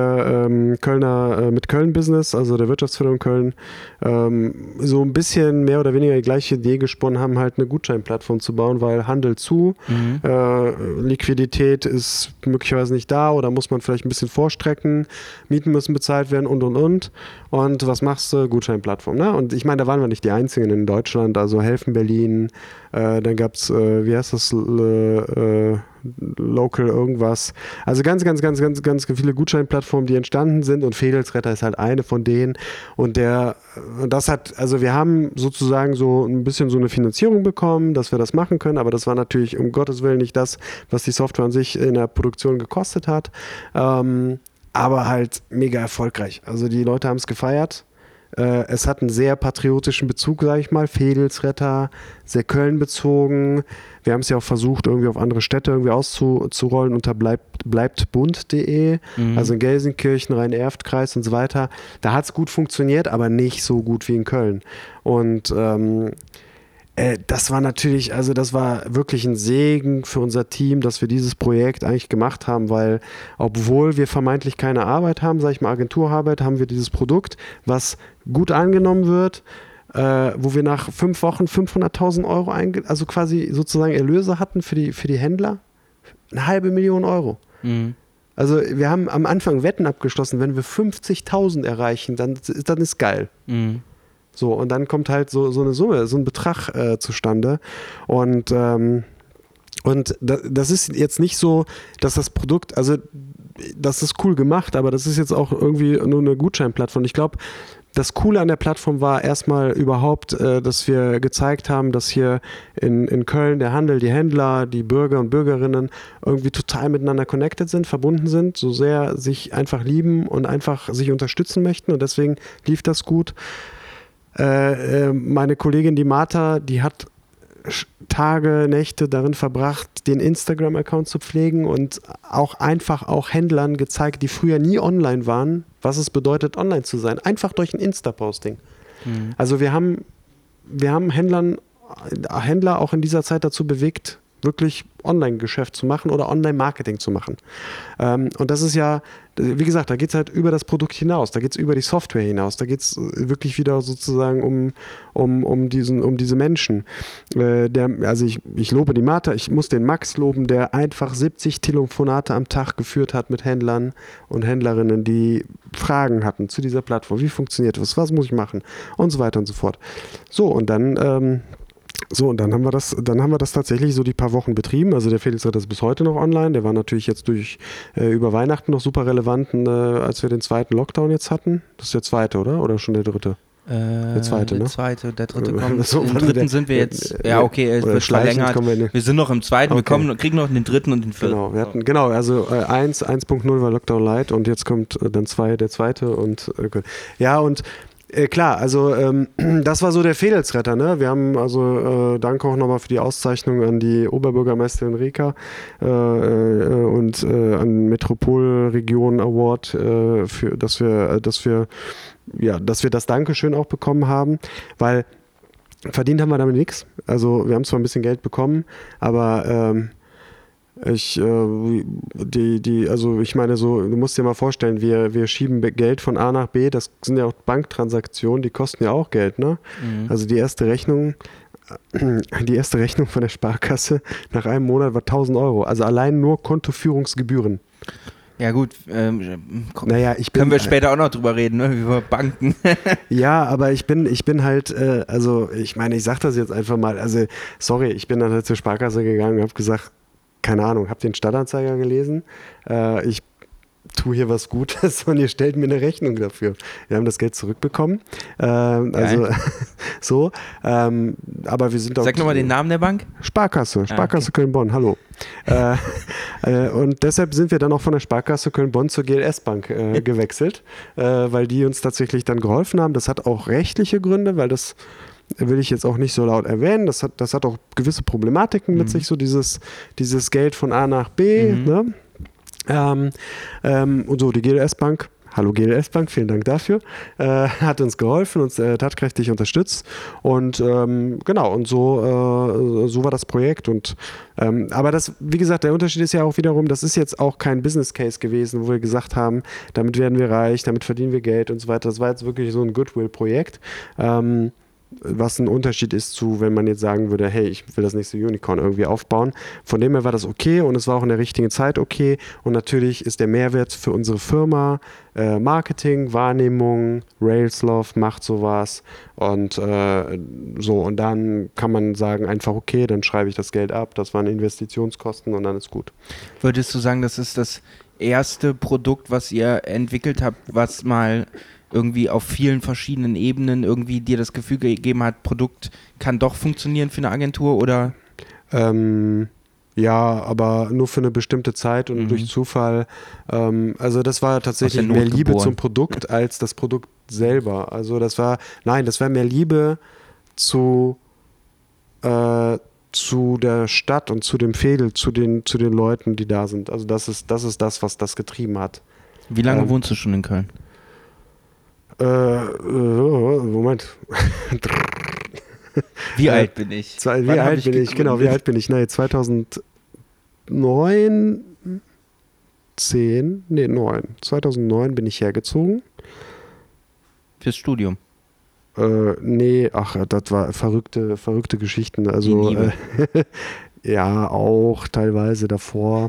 Köln Business, also der Wirtschaftsförderung Köln, so ein bisschen mehr oder weniger die gleiche Idee gesponnen haben, halt eine Gutscheinplattform zu bauen, weil Handel zu, Liquidität ist möglicherweise nicht da oder muss man vielleicht ein bisschen vorstrecken, Mieten müssen bezahlt werden und. Und was machst du? Gutscheinplattform. Ne? Und ich meine, da waren wir nicht die Einzigen in Deutschland, also Helfen Berlin, dann gab es, wie heißt das, Local irgendwas. Also ganz viele Gutscheinplattformen, die entstanden sind und Fedelsretter ist halt eine von denen und wir haben sozusagen so ein bisschen so eine Finanzierung bekommen, dass wir das machen können, aber das war natürlich um Gottes Willen nicht das, was die Software an sich in der Produktion gekostet hat, aber halt mega erfolgreich. Also die Leute haben es gefeiert. Es hat einen sehr patriotischen Bezug, sage ich mal. Fedelsretter, sehr Köln bezogen. Wir haben es ja auch versucht, irgendwie auf andere Städte irgendwie auszurollen unter bleibtbunt.de, also in Gelsenkirchen, Rhein-Erft-Kreis und so weiter. Da hat es gut funktioniert, aber nicht so gut wie in Köln. Und das war natürlich, also das war wirklich ein Segen für unser Team, dass wir dieses Projekt eigentlich gemacht haben, weil obwohl wir vermeintlich keine Arbeit haben, sage ich mal Agenturarbeit, haben wir dieses Produkt, was gut angenommen wird, wo wir nach 5 Wochen 500.000 Euro also quasi sozusagen Erlöse hatten für die Händler, 500.000 Euro. Also wir haben am Anfang Wetten abgeschlossen, wenn wir 50.000 erreichen, dann ist geil. So, und dann kommt halt so eine Summe, so ein Betrag zustande. Und das ist jetzt nicht so, dass das Produkt, also das ist cool gemacht, aber das ist jetzt auch irgendwie nur eine Gutscheinplattform. Ich glaube, das Coole an der Plattform war erstmal überhaupt, dass wir gezeigt haben, dass hier in Köln der Handel, die Händler, die Bürger und Bürgerinnen irgendwie total miteinander connected sind, verbunden sind, so sehr sich einfach lieben und einfach sich unterstützen möchten und deswegen lief das gut. Meine Kollegin, die Martha, die hat Tage, Nächte darin verbracht, den Instagram-Account zu pflegen und auch Händlern gezeigt, die früher nie online waren, was es bedeutet, online zu sein. Einfach durch ein Insta-Posting. Also wir haben Händler auch in dieser Zeit dazu bewegt, wirklich Online-Geschäft zu machen oder Online-Marketing zu machen. Und das ist ja, wie gesagt, da geht es halt über das Produkt hinaus, da geht es über die Software hinaus, da geht es wirklich wieder sozusagen um diese Menschen. Also ich lobe die Martha, ich muss den Max loben, der einfach 70 Telefonate am Tag geführt hat mit Händlern und Händlerinnen, die Fragen hatten zu dieser Plattform. Wie funktioniert das? Was muss ich machen? Und so weiter und so fort. Und dann haben wir das tatsächlich so die paar Wochen betrieben. Also der Fedelsretter ist bis heute noch online. Der war natürlich jetzt über Weihnachten noch super relevant, als wir den zweiten Lockdown jetzt hatten. Das ist der zweite, oder? Oder schon der dritte? Der zweite, der ne? Zweite, der dritte kommt. Im dritten sind wir jetzt, es wird verlängert. Wir sind noch im zweiten, okay. Wir kriegen noch den dritten und den vierten. Also 1.0 war Lockdown Light und jetzt kommt dann der zweite und klar, also das war so der Fedelsretter, ne? Wir haben also danke auch nochmal für die Auszeichnung an die Oberbürgermeisterin Rika und an Metropolregion Award dass wir das Dankeschön auch bekommen haben, weil verdient haben wir damit nichts. Also wir haben zwar ein bisschen Geld bekommen, aber ich meine so, du musst dir mal vorstellen, wir schieben Geld von A nach B, das sind ja auch Banktransaktionen, die kosten ja auch Geld, ne? Also die erste Rechnung von der Sparkasse nach einem Monat war 1.000 Euro, also allein nur Kontoführungsgebühren. Ja gut, können wir später auch noch drüber reden, ne? Über Banken. Ja, aber ich bin halt, ich sag das jetzt einfach mal, also sorry, ich bin dann halt zur Sparkasse gegangen und habe gesagt, keine Ahnung, habe den Stadtanzeiger gelesen, ich tue hier was Gutes und ihr stellt mir eine Rechnung dafür. Wir haben das Geld zurückbekommen, aber wir sind auch... Sag nochmal den Namen der Bank. Sparkasse Köln-Bonn, hallo. Und deshalb sind wir dann auch von der Sparkasse Köln-Bonn zur GLS Bank gewechselt, weil die uns tatsächlich dann geholfen haben. Das hat auch rechtliche Gründe, weil das will ich jetzt auch nicht so laut erwähnen. Das hat auch gewisse Problematiken mit sich, so dieses Geld von A nach B. Ne? Und so, die GLS Bank, hallo GLS Bank, vielen Dank dafür, hat uns geholfen, uns tatkräftig unterstützt und und so war das Projekt und aber das, wie gesagt, der Unterschied ist ja auch wiederum, das ist jetzt auch kein Business Case gewesen, wo wir gesagt haben, damit werden wir reich, damit verdienen wir Geld und so weiter. Das war jetzt wirklich so ein Goodwill-Projekt. was ein Unterschied ist zu, wenn man jetzt sagen würde, hey, ich will das nächste Unicorn irgendwie aufbauen. Von dem her war das okay und es war auch in der richtigen Zeit okay. Und natürlich ist der Mehrwert für unsere Firma Marketing, Wahrnehmung, Railsloft macht sowas und so. Und dann kann man sagen einfach, okay, dann schreibe ich das Geld ab, das waren Investitionskosten und dann ist gut. Würdest du sagen, das ist das erste Produkt, was ihr entwickelt habt, was mal irgendwie auf vielen verschiedenen Ebenen irgendwie dir das Gefühl gegeben hat, Produkt kann doch funktionieren für eine Agentur, oder? Ja, aber nur für eine bestimmte Zeit und durch Zufall. Also das war tatsächlich mehr Liebe zum Produkt als das Produkt selber. Also das war mehr Liebe zu der Stadt und zu dem Veedel, zu den Leuten, die da sind. Also das ist das, was das getrieben hat. Wie lange wohnst du schon in Köln? Moment. Wie alt bin ich? Wie alt bin ich? Nein, 2009, 2009 bin ich hergezogen. Fürs Studium? Nee, das war verrückte Geschichten. Also, ja, auch teilweise davor.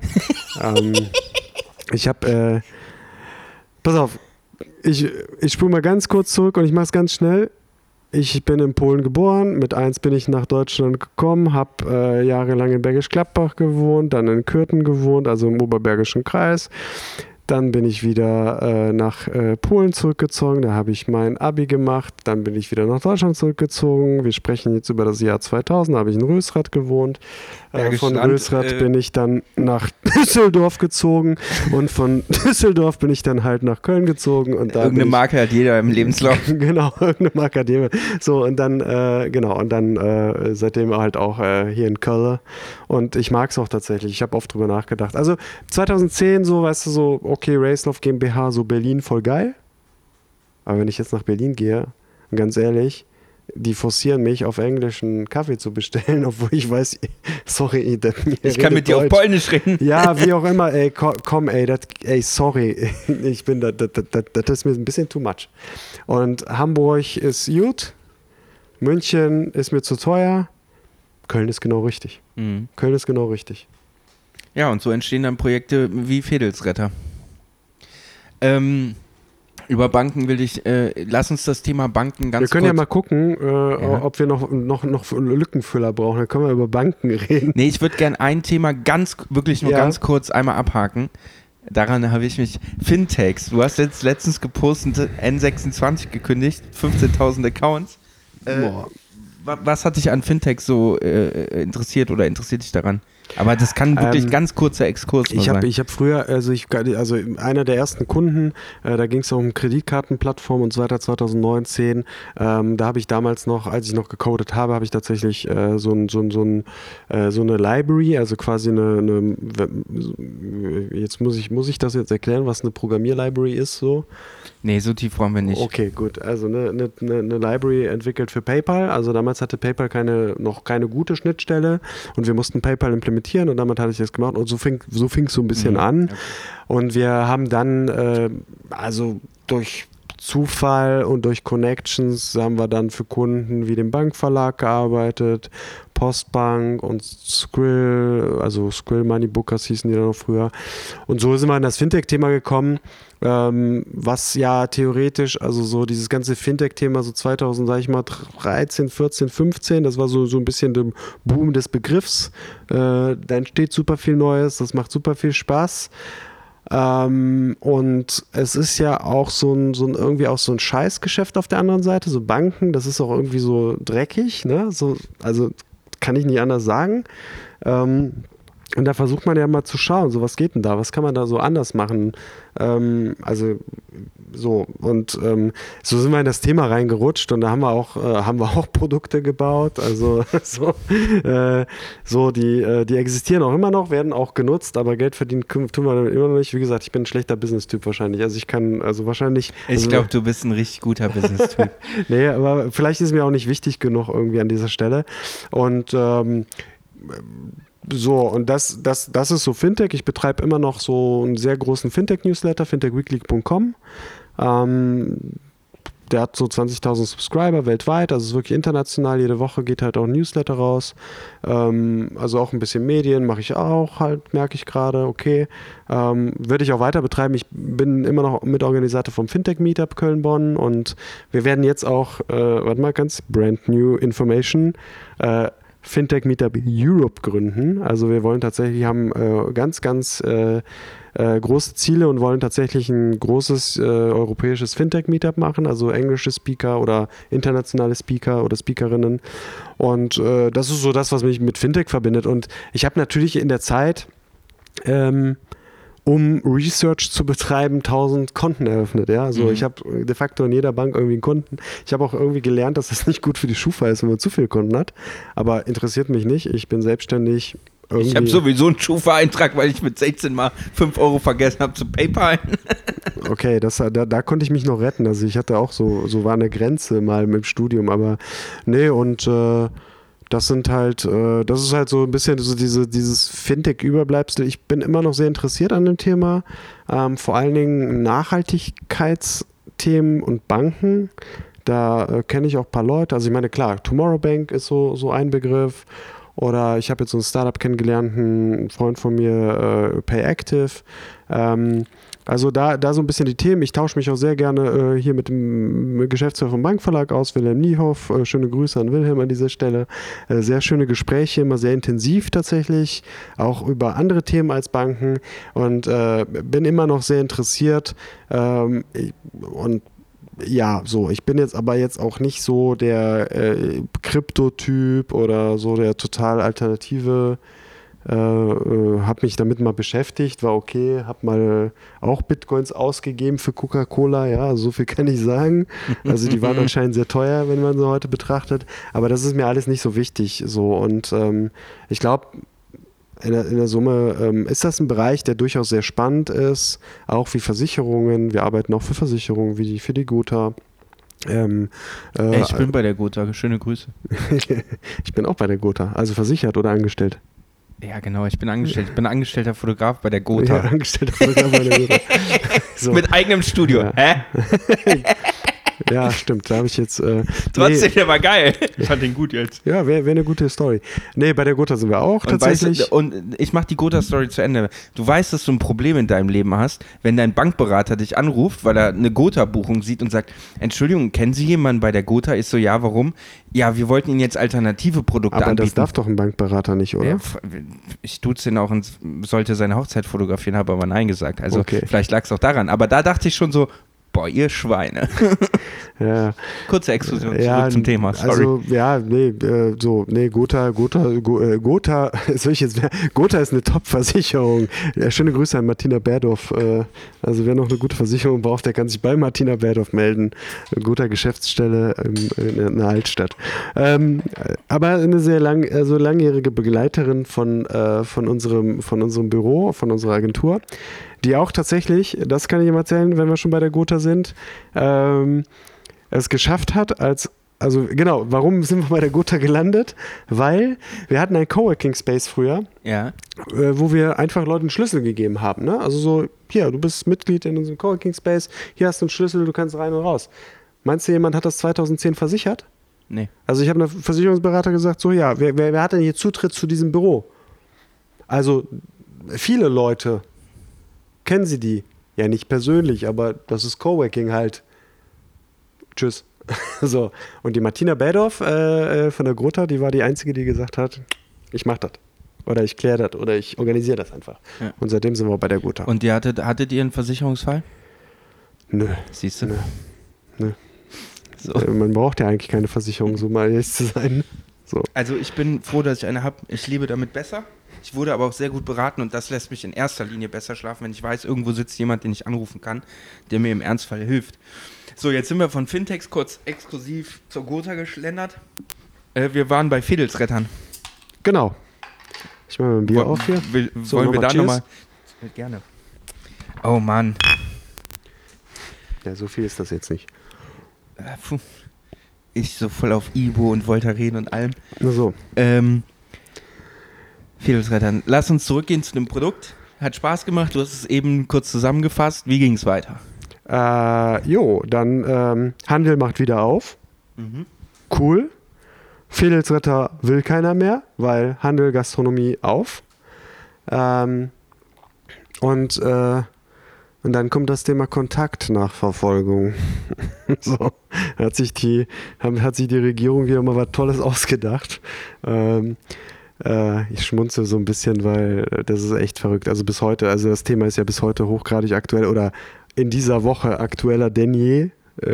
Ich habe, pass auf, ich spule mal ganz kurz zurück und ich mache es ganz schnell. Ich bin in Polen geboren, mit 1 bin ich nach Deutschland gekommen, habe jahrelang in Bergisch Gladbach gewohnt, dann in Kürten gewohnt, also im Oberbergischen Kreis. Dann bin ich wieder nach Polen zurückgezogen, da habe ich mein Abi gemacht, dann bin ich wieder nach Deutschland zurückgezogen. Wir sprechen jetzt über das Jahr 2000, da habe ich in Rösrath gewohnt. Von Rösrath bin ich dann nach Düsseldorf gezogen und von Düsseldorf bin ich dann halt nach Köln gezogen. Und da irgendeine Marke hat jeder im Lebenslauf. Genau, irgendeine Marke hat jeder. So, und dann, seitdem halt auch hier in Köln. Und ich mag es auch tatsächlich, ich habe oft drüber nachgedacht. Also 2010 so, weißt du, so, okay, Railsloft GmbH, so Berlin, voll geil. Aber wenn ich jetzt nach Berlin gehe, ganz ehrlich, die forcieren mich, auf Englisch einen Kaffee zu bestellen, obwohl ich weiß, sorry, ich kann mit dir auf Polnisch reden. Ja, wie auch immer, ey, komm, sorry, ich bin, das ist mir ein bisschen too much. Und Hamburg ist gut, München ist mir zu teuer, Köln ist genau richtig. Köln ist genau richtig. Ja, und so entstehen dann Projekte wie Veedelsretter. Über Banken will ich, lass uns das Thema Banken ganz kurz... Wir können ja mal gucken, ob wir noch Lückenfüller brauchen, dann können wir über Banken reden. Nee, ich würde gerne ein Thema ganz kurz einmal abhaken. Daran habe ich mich, Fintechs, du hast jetzt letztens gepostet, N26 gekündigt, 15.000 Accounts. Was hat dich an Fintechs so interessiert oder interessiert dich daran? Aber das kann wirklich ganz kurzer Exkurs sein. Ich habe früher, also einer der ersten Kunden, da ging es um Kreditkartenplattform und so weiter, 2019. Da habe ich damals noch, als ich noch gecodet habe, habe ich tatsächlich so eine Library, also quasi jetzt muss ich das jetzt erklären, was eine Programmier-Library ist, so? Nee, so tief brauchen wir nicht. Okay, gut. Also eine Library entwickelt für PayPal. Also damals hatte PayPal noch keine gute Schnittstelle und wir mussten PayPal implementieren und damit hatte ich das gemacht und so fing es so ein bisschen an. Okay. Und wir haben dann, also durch Zufall und durch Connections haben wir dann für Kunden wie den Bankverlag gearbeitet, Postbank und Skrill, also Skrill Moneybookers hießen die dann noch früher. Und so sind wir an das Fintech-Thema gekommen, was ja theoretisch, also so dieses ganze Fintech-Thema so 2000, sag ich mal, 13, 14, 15, das war so ein bisschen der Boom des Begriffs. Da entsteht super viel Neues, das macht super viel Spaß. Und es ist ja auch irgendwie auch so ein Scheißgeschäft auf der anderen Seite, so Banken, das ist auch irgendwie so dreckig, ne? So, also kann ich nicht anders sagen. Und da versucht man ja mal zu schauen, so was geht denn da, was kann man da so anders machen, so sind wir in das Thema reingerutscht und da haben wir auch Produkte gebaut, also die existieren auch immer noch, werden auch genutzt, aber Geld verdienen tun wir immer noch nicht. Wie gesagt, ich bin ein schlechter Business-Typ wahrscheinlich, ich glaube, du bist ein richtig guter Business-Typ. Nee, aber vielleicht ist mir auch nicht wichtig genug irgendwie an dieser Stelle und und das ist so Fintech. Ich betreibe immer noch so einen sehr großen Fintech-Newsletter, fintechweekly.com. der hat so 20.000 Subscriber weltweit, also ist wirklich international, jede Woche geht halt auch ein Newsletter raus, also auch ein bisschen Medien mache ich auch halt, merke ich gerade, okay, würde ich auch weiter betreiben. Ich bin immer noch Mitorganisator vom Fintech Meetup Köln-Bonn und wir werden jetzt auch, warte mal, ganz brand new information, Fintech Meetup Europe gründen. Also wir wollen tatsächlich, haben ganz große Ziele und wollen tatsächlich ein großes europäisches Fintech-Meetup machen, also englische Speaker oder internationale Speaker oder Speakerinnen. Und das ist so das, was mich mit Fintech verbindet. Und ich habe natürlich in der Zeit, um Research zu betreiben, 1000 Konten eröffnet. Ja? Also ich habe de facto in jeder Bank irgendwie einen Konten. Ich habe auch irgendwie gelernt, dass das nicht gut für die Schufa ist, wenn man zu viele Konten hat. Aber interessiert mich nicht. Ich bin selbstständig. Ich habe sowieso einen Schufa-Eintrag, weil ich mit 16 mal 5 Euro vergessen habe zu PayPal. Okay, da konnte ich mich noch retten. Also ich hatte auch so war eine Grenze mal mit dem Studium, aber nee, und das ist halt so ein bisschen so dieses Fintech-Überbleibsel. Ich bin immer noch sehr interessiert an dem Thema, vor allen Dingen Nachhaltigkeitsthemen und Banken. Da kenne ich auch ein paar Leute. Also ich meine, klar, Tomorrow Bank ist so ein Begriff. Oder ich habe jetzt so ein Startup kennengelernt, ein Freund von mir, PayActive. Also da so ein bisschen die Themen. Ich tausche mich auch sehr gerne hier mit dem Geschäftsführer vom Bankverlag aus, Wilhelm Niehoff. Schöne Grüße an Wilhelm an dieser Stelle. Sehr schöne Gespräche, immer sehr intensiv tatsächlich, auch über andere Themen als Banken. Und bin immer noch sehr interessiert und ja, so, ich bin jetzt aber auch nicht so der Krypto-Typ oder so der total alternative, habe mich damit mal beschäftigt, war okay, habe mal auch Bitcoins ausgegeben für Coca-Cola, ja, so viel kann ich sagen. Also die waren anscheinend sehr teuer, wenn man sie heute betrachtet, aber das ist mir alles nicht so wichtig, so, und ich glaube, in der Summe ist das ein Bereich, der durchaus sehr spannend ist, auch wie Versicherungen. Wir arbeiten auch für Versicherungen wie für die Gotha. Ich bin bei der Gotha, schöne Grüße. Ich bin auch bei der Gotha, also versichert oder angestellt? Ja, genau, ich bin angestellt. Ich bin angestellter Fotograf bei der Gotha. Ja, angestellter Fotograf bei der Gotha. So. Mit eigenem Studio, ja. Hä? Ja, stimmt, da habe ich jetzt... Trotzdem, der war geil. Ich fand den gut jetzt. Ja, wäre eine gute Story. Nee, bei der Gotha sind wir auch und tatsächlich. Und ich mache die Gotha-Story zu Ende. Du weißt, dass du ein Problem in deinem Leben hast, wenn dein Bankberater dich anruft, weil er eine Gotha-Buchung sieht und sagt, Entschuldigung, kennen Sie jemanden bei der Gotha? Ist so, ja, warum? Ja, wir wollten Ihnen jetzt alternative Produkte anbieten. Aber das darf doch ein Bankberater nicht, oder? Ja, ich tut's den auch und sollte seine Hochzeit fotografieren, habe aber nein gesagt. Also okay. Vielleicht lag es auch daran. Aber da dachte ich schon so, boah, ihr Schweine. Ja. Kurze Exkursion zurück zum Thema, sorry. Also, ja, Gotha, soll ich jetzt, Gotha ist eine Top-Versicherung. Ja, schöne Grüße an Martina Berdorf. Also wer noch eine gute Versicherung braucht, der kann sich bei Martina Berdorf melden. Gotha Geschäftsstelle in der Altstadt. Aber eine sehr langjährige Begleiterin von unserem Büro, von unserer Agentur, die auch tatsächlich, das kann ich ihm erzählen, wenn wir schon bei der Gotha sind, es geschafft hat, warum sind wir bei der Gotha gelandet? Weil wir hatten einen Coworking Space früher, ja. Wo wir einfach Leuten einen Schlüssel gegeben haben. Ne? Also so, hier, du bist Mitglied in unserem Coworking Space, hier hast du einen Schlüssel, du kannst rein und raus. Meinst du, jemand hat das 2010 versichert? Nee. Also ich habe einem Versicherungsberater gesagt, so ja, wer hat denn hier Zutritt zu diesem Büro? Also viele Leute. Kennen Sie die? Ja, nicht persönlich, aber das ist Coworking halt. Tschüss. So. Und die Martina Berdorf von der Gotha, die war die Einzige, die gesagt hat, ich mach das. Oder ich kläre das. Oder ich organisiere das einfach. Ja. Und seitdem sind wir bei der Gotha. Und hattet ihr einen Versicherungsfall? Nö. Siehst du? Nö. So. Man braucht ja eigentlich keine Versicherung, so mal ehrlich zu sein. So. Also ich bin froh, dass ich eine habe. Ich lebe damit besser. Ich wurde aber auch sehr gut beraten und das lässt mich in erster Linie besser schlafen, wenn ich weiß, irgendwo sitzt jemand, den ich anrufen kann, der mir im Ernstfall hilft. So, jetzt sind wir von Fintechs kurz exklusiv zur Gotha geschlendert. Wir waren bei Fedelsrettern. Genau. Ich mache mal ein Bier auf hier. Wollen wir da nochmal? Gerne. Oh Mann. Ja, so viel ist das jetzt nicht. Ich so voll auf Ibo und Voltaren und allem. Na so. Fedelsrettern. Lass uns zurückgehen zu dem Produkt. Hat Spaß gemacht. Du hast es eben kurz zusammengefasst. Wie ging es weiter? Dann Handel macht wieder auf. Cool. Fedelsritter will keiner mehr, weil Handel, Gastronomie auf. Und dann kommt das Thema Kontaktnachverfolgung. So, hat sich die Regierung wieder mal was Tolles ausgedacht. Ich schmunze so ein bisschen, weil das ist echt verrückt. Also bis heute, also das Thema ist ja bis heute hochgradig aktuell oder in dieser Woche aktueller denn je.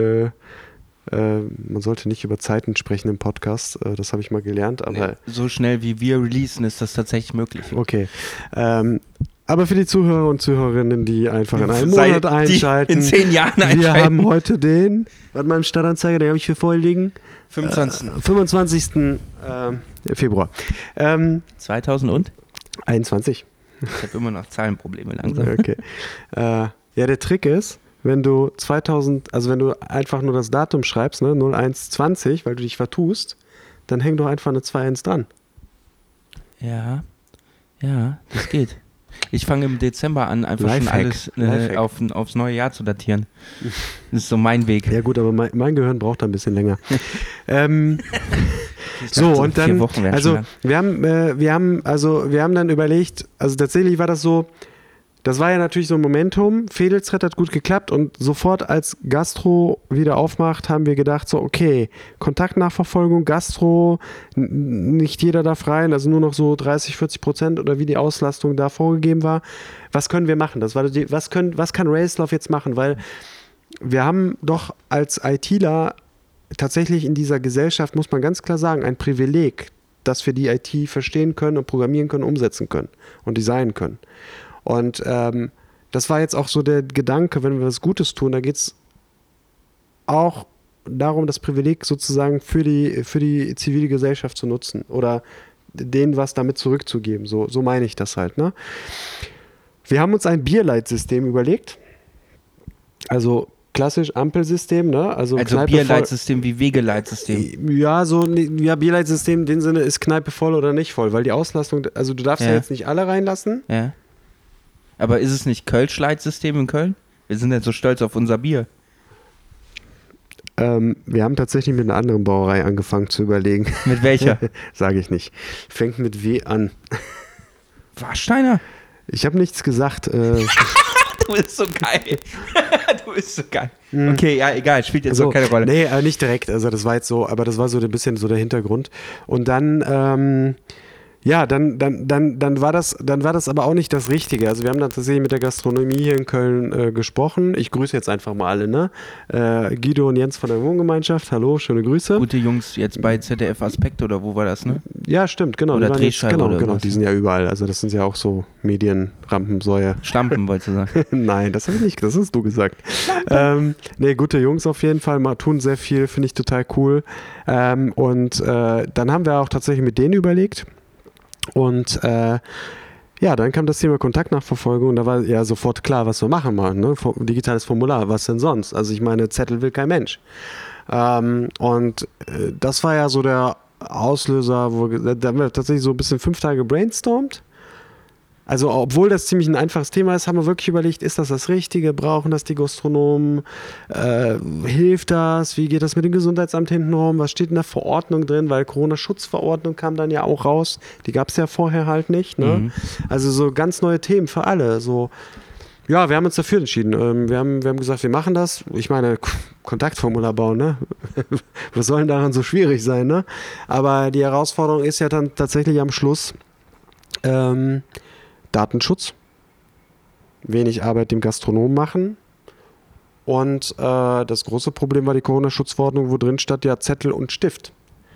Man sollte nicht über Zeiten sprechen im Podcast, das habe ich mal gelernt. Aber so schnell wie wir releasen, ist das tatsächlich möglich. Okay. Aber für die Zuhörer und Zuhörerinnen, die einfach in einem Monat einschalten. In 10 Jahren einschalten. Wir haben heute den, warte mal im Stadtanzeiger, den habe ich hier vorliegen. 25. Februar. 2021. Ich habe immer noch Zahlenprobleme langsam. Okay. Ja, der Trick ist, wenn du wenn du einfach nur das Datum schreibst, ne, 0120, weil du dich vertust, dann häng doch einfach eine 2-1 dran. Ja, das geht. Ich fange im Dezember an, einfach Lifehack. schon alles aufs neue Jahr zu datieren. Das ist so mein Weg. Ja gut, aber mein Gehirn braucht da ein bisschen länger. So, und dann, 4 Wochen also wir haben dann überlegt, also tatsächlich war das so, das war ja natürlich so ein Momentum, Fedelsritt hat gut geklappt und sofort als Gastro wieder aufmacht, haben wir gedacht so, okay, Kontaktnachverfolgung, Gastro, nicht jeder darf rein, also nur noch so 30-40% oder wie die Auslastung da vorgegeben war. Was können wir machen? Was kann Railslauf jetzt machen? Weil wir haben doch als ITler tatsächlich in dieser Gesellschaft, muss man ganz klar sagen, ein Privileg, dass wir die IT verstehen können und programmieren können, umsetzen können und designen können. Und das war jetzt auch so der Gedanke, wenn wir was Gutes tun, da geht es auch darum, das Privileg sozusagen für die zivile Gesellschaft zu nutzen oder denen was damit zurückzugeben. So meine ich das halt. Ne? Wir haben uns ein Bierleitsystem überlegt. Also klassisch Ampelsystem, ne? Also Bierleitsystem wie Wegeleitsystem. Ja, Bierleitsystem in dem Sinne ist Kneipe voll oder nicht voll, weil die Auslastung, also du darfst ja jetzt nicht alle reinlassen. Ja. Aber ist es nicht Kölsch-Leitsystem in Köln? Wir sind jetzt so stolz auf unser Bier. Wir haben tatsächlich mit einer anderen Brauerei angefangen zu überlegen. Mit welcher? Sage ich nicht. Fängt mit W an. Warsteiner? Ich habe nichts gesagt. Du bist so geil. Okay, ja, egal, spielt jetzt auch keine Rolle. Nee, nicht direkt. Also das war jetzt so, aber das war so ein bisschen so der Hintergrund. Und dann, dann war das aber auch nicht das Richtige. Also wir haben dann tatsächlich mit der Gastronomie hier in Köln gesprochen. Ich grüße jetzt einfach mal alle, ne? Guido und Jens von der Wohngemeinschaft, hallo, schöne Grüße. Gute Jungs jetzt bei ZDF Aspekt oder wo war das, ne? Ja, stimmt, genau. Oder Drehscheibe oder genau, was? die sind ja überall. Also das sind ja auch so Medienrampensäue. Schlampen, wolltest du sagen? Nein, das habe ich nicht, das hast du gesagt. Gute Jungs auf jeden Fall, tun sehr viel, finde ich total cool. Dann haben wir auch tatsächlich mit denen überlegt. Und dann kam das Thema Kontaktnachverfolgung und da war ja sofort klar, was wir machen wollen. Ne? Digitales Formular, was denn sonst? Also ich meine, Zettel will kein Mensch. Das war ja so der Auslöser, da haben wir tatsächlich so ein bisschen 5 Tage brainstormt. Also obwohl das ziemlich ein einfaches Thema ist, haben wir wirklich überlegt, ist das Richtige? Brauchen das die Gastronomen? Hilft das? Wie geht das mit dem Gesundheitsamt hintenrum? Was steht in der Verordnung drin? Weil Corona-Schutzverordnung kam dann ja auch raus. Die gab es ja vorher halt nicht. Ne? Mhm. Also so ganz neue Themen für alle. So, ja, wir haben uns dafür entschieden. Wir haben gesagt, wir machen das. Ich meine, Kontaktformular bauen, ne? Was soll denn daran so schwierig sein, ne? Aber die Herausforderung ist ja dann tatsächlich am Schluss Datenschutz, wenig Arbeit dem Gastronomen machen und das große Problem war die Corona-Schutzverordnung, wo drin stand ja Zettel und Stift.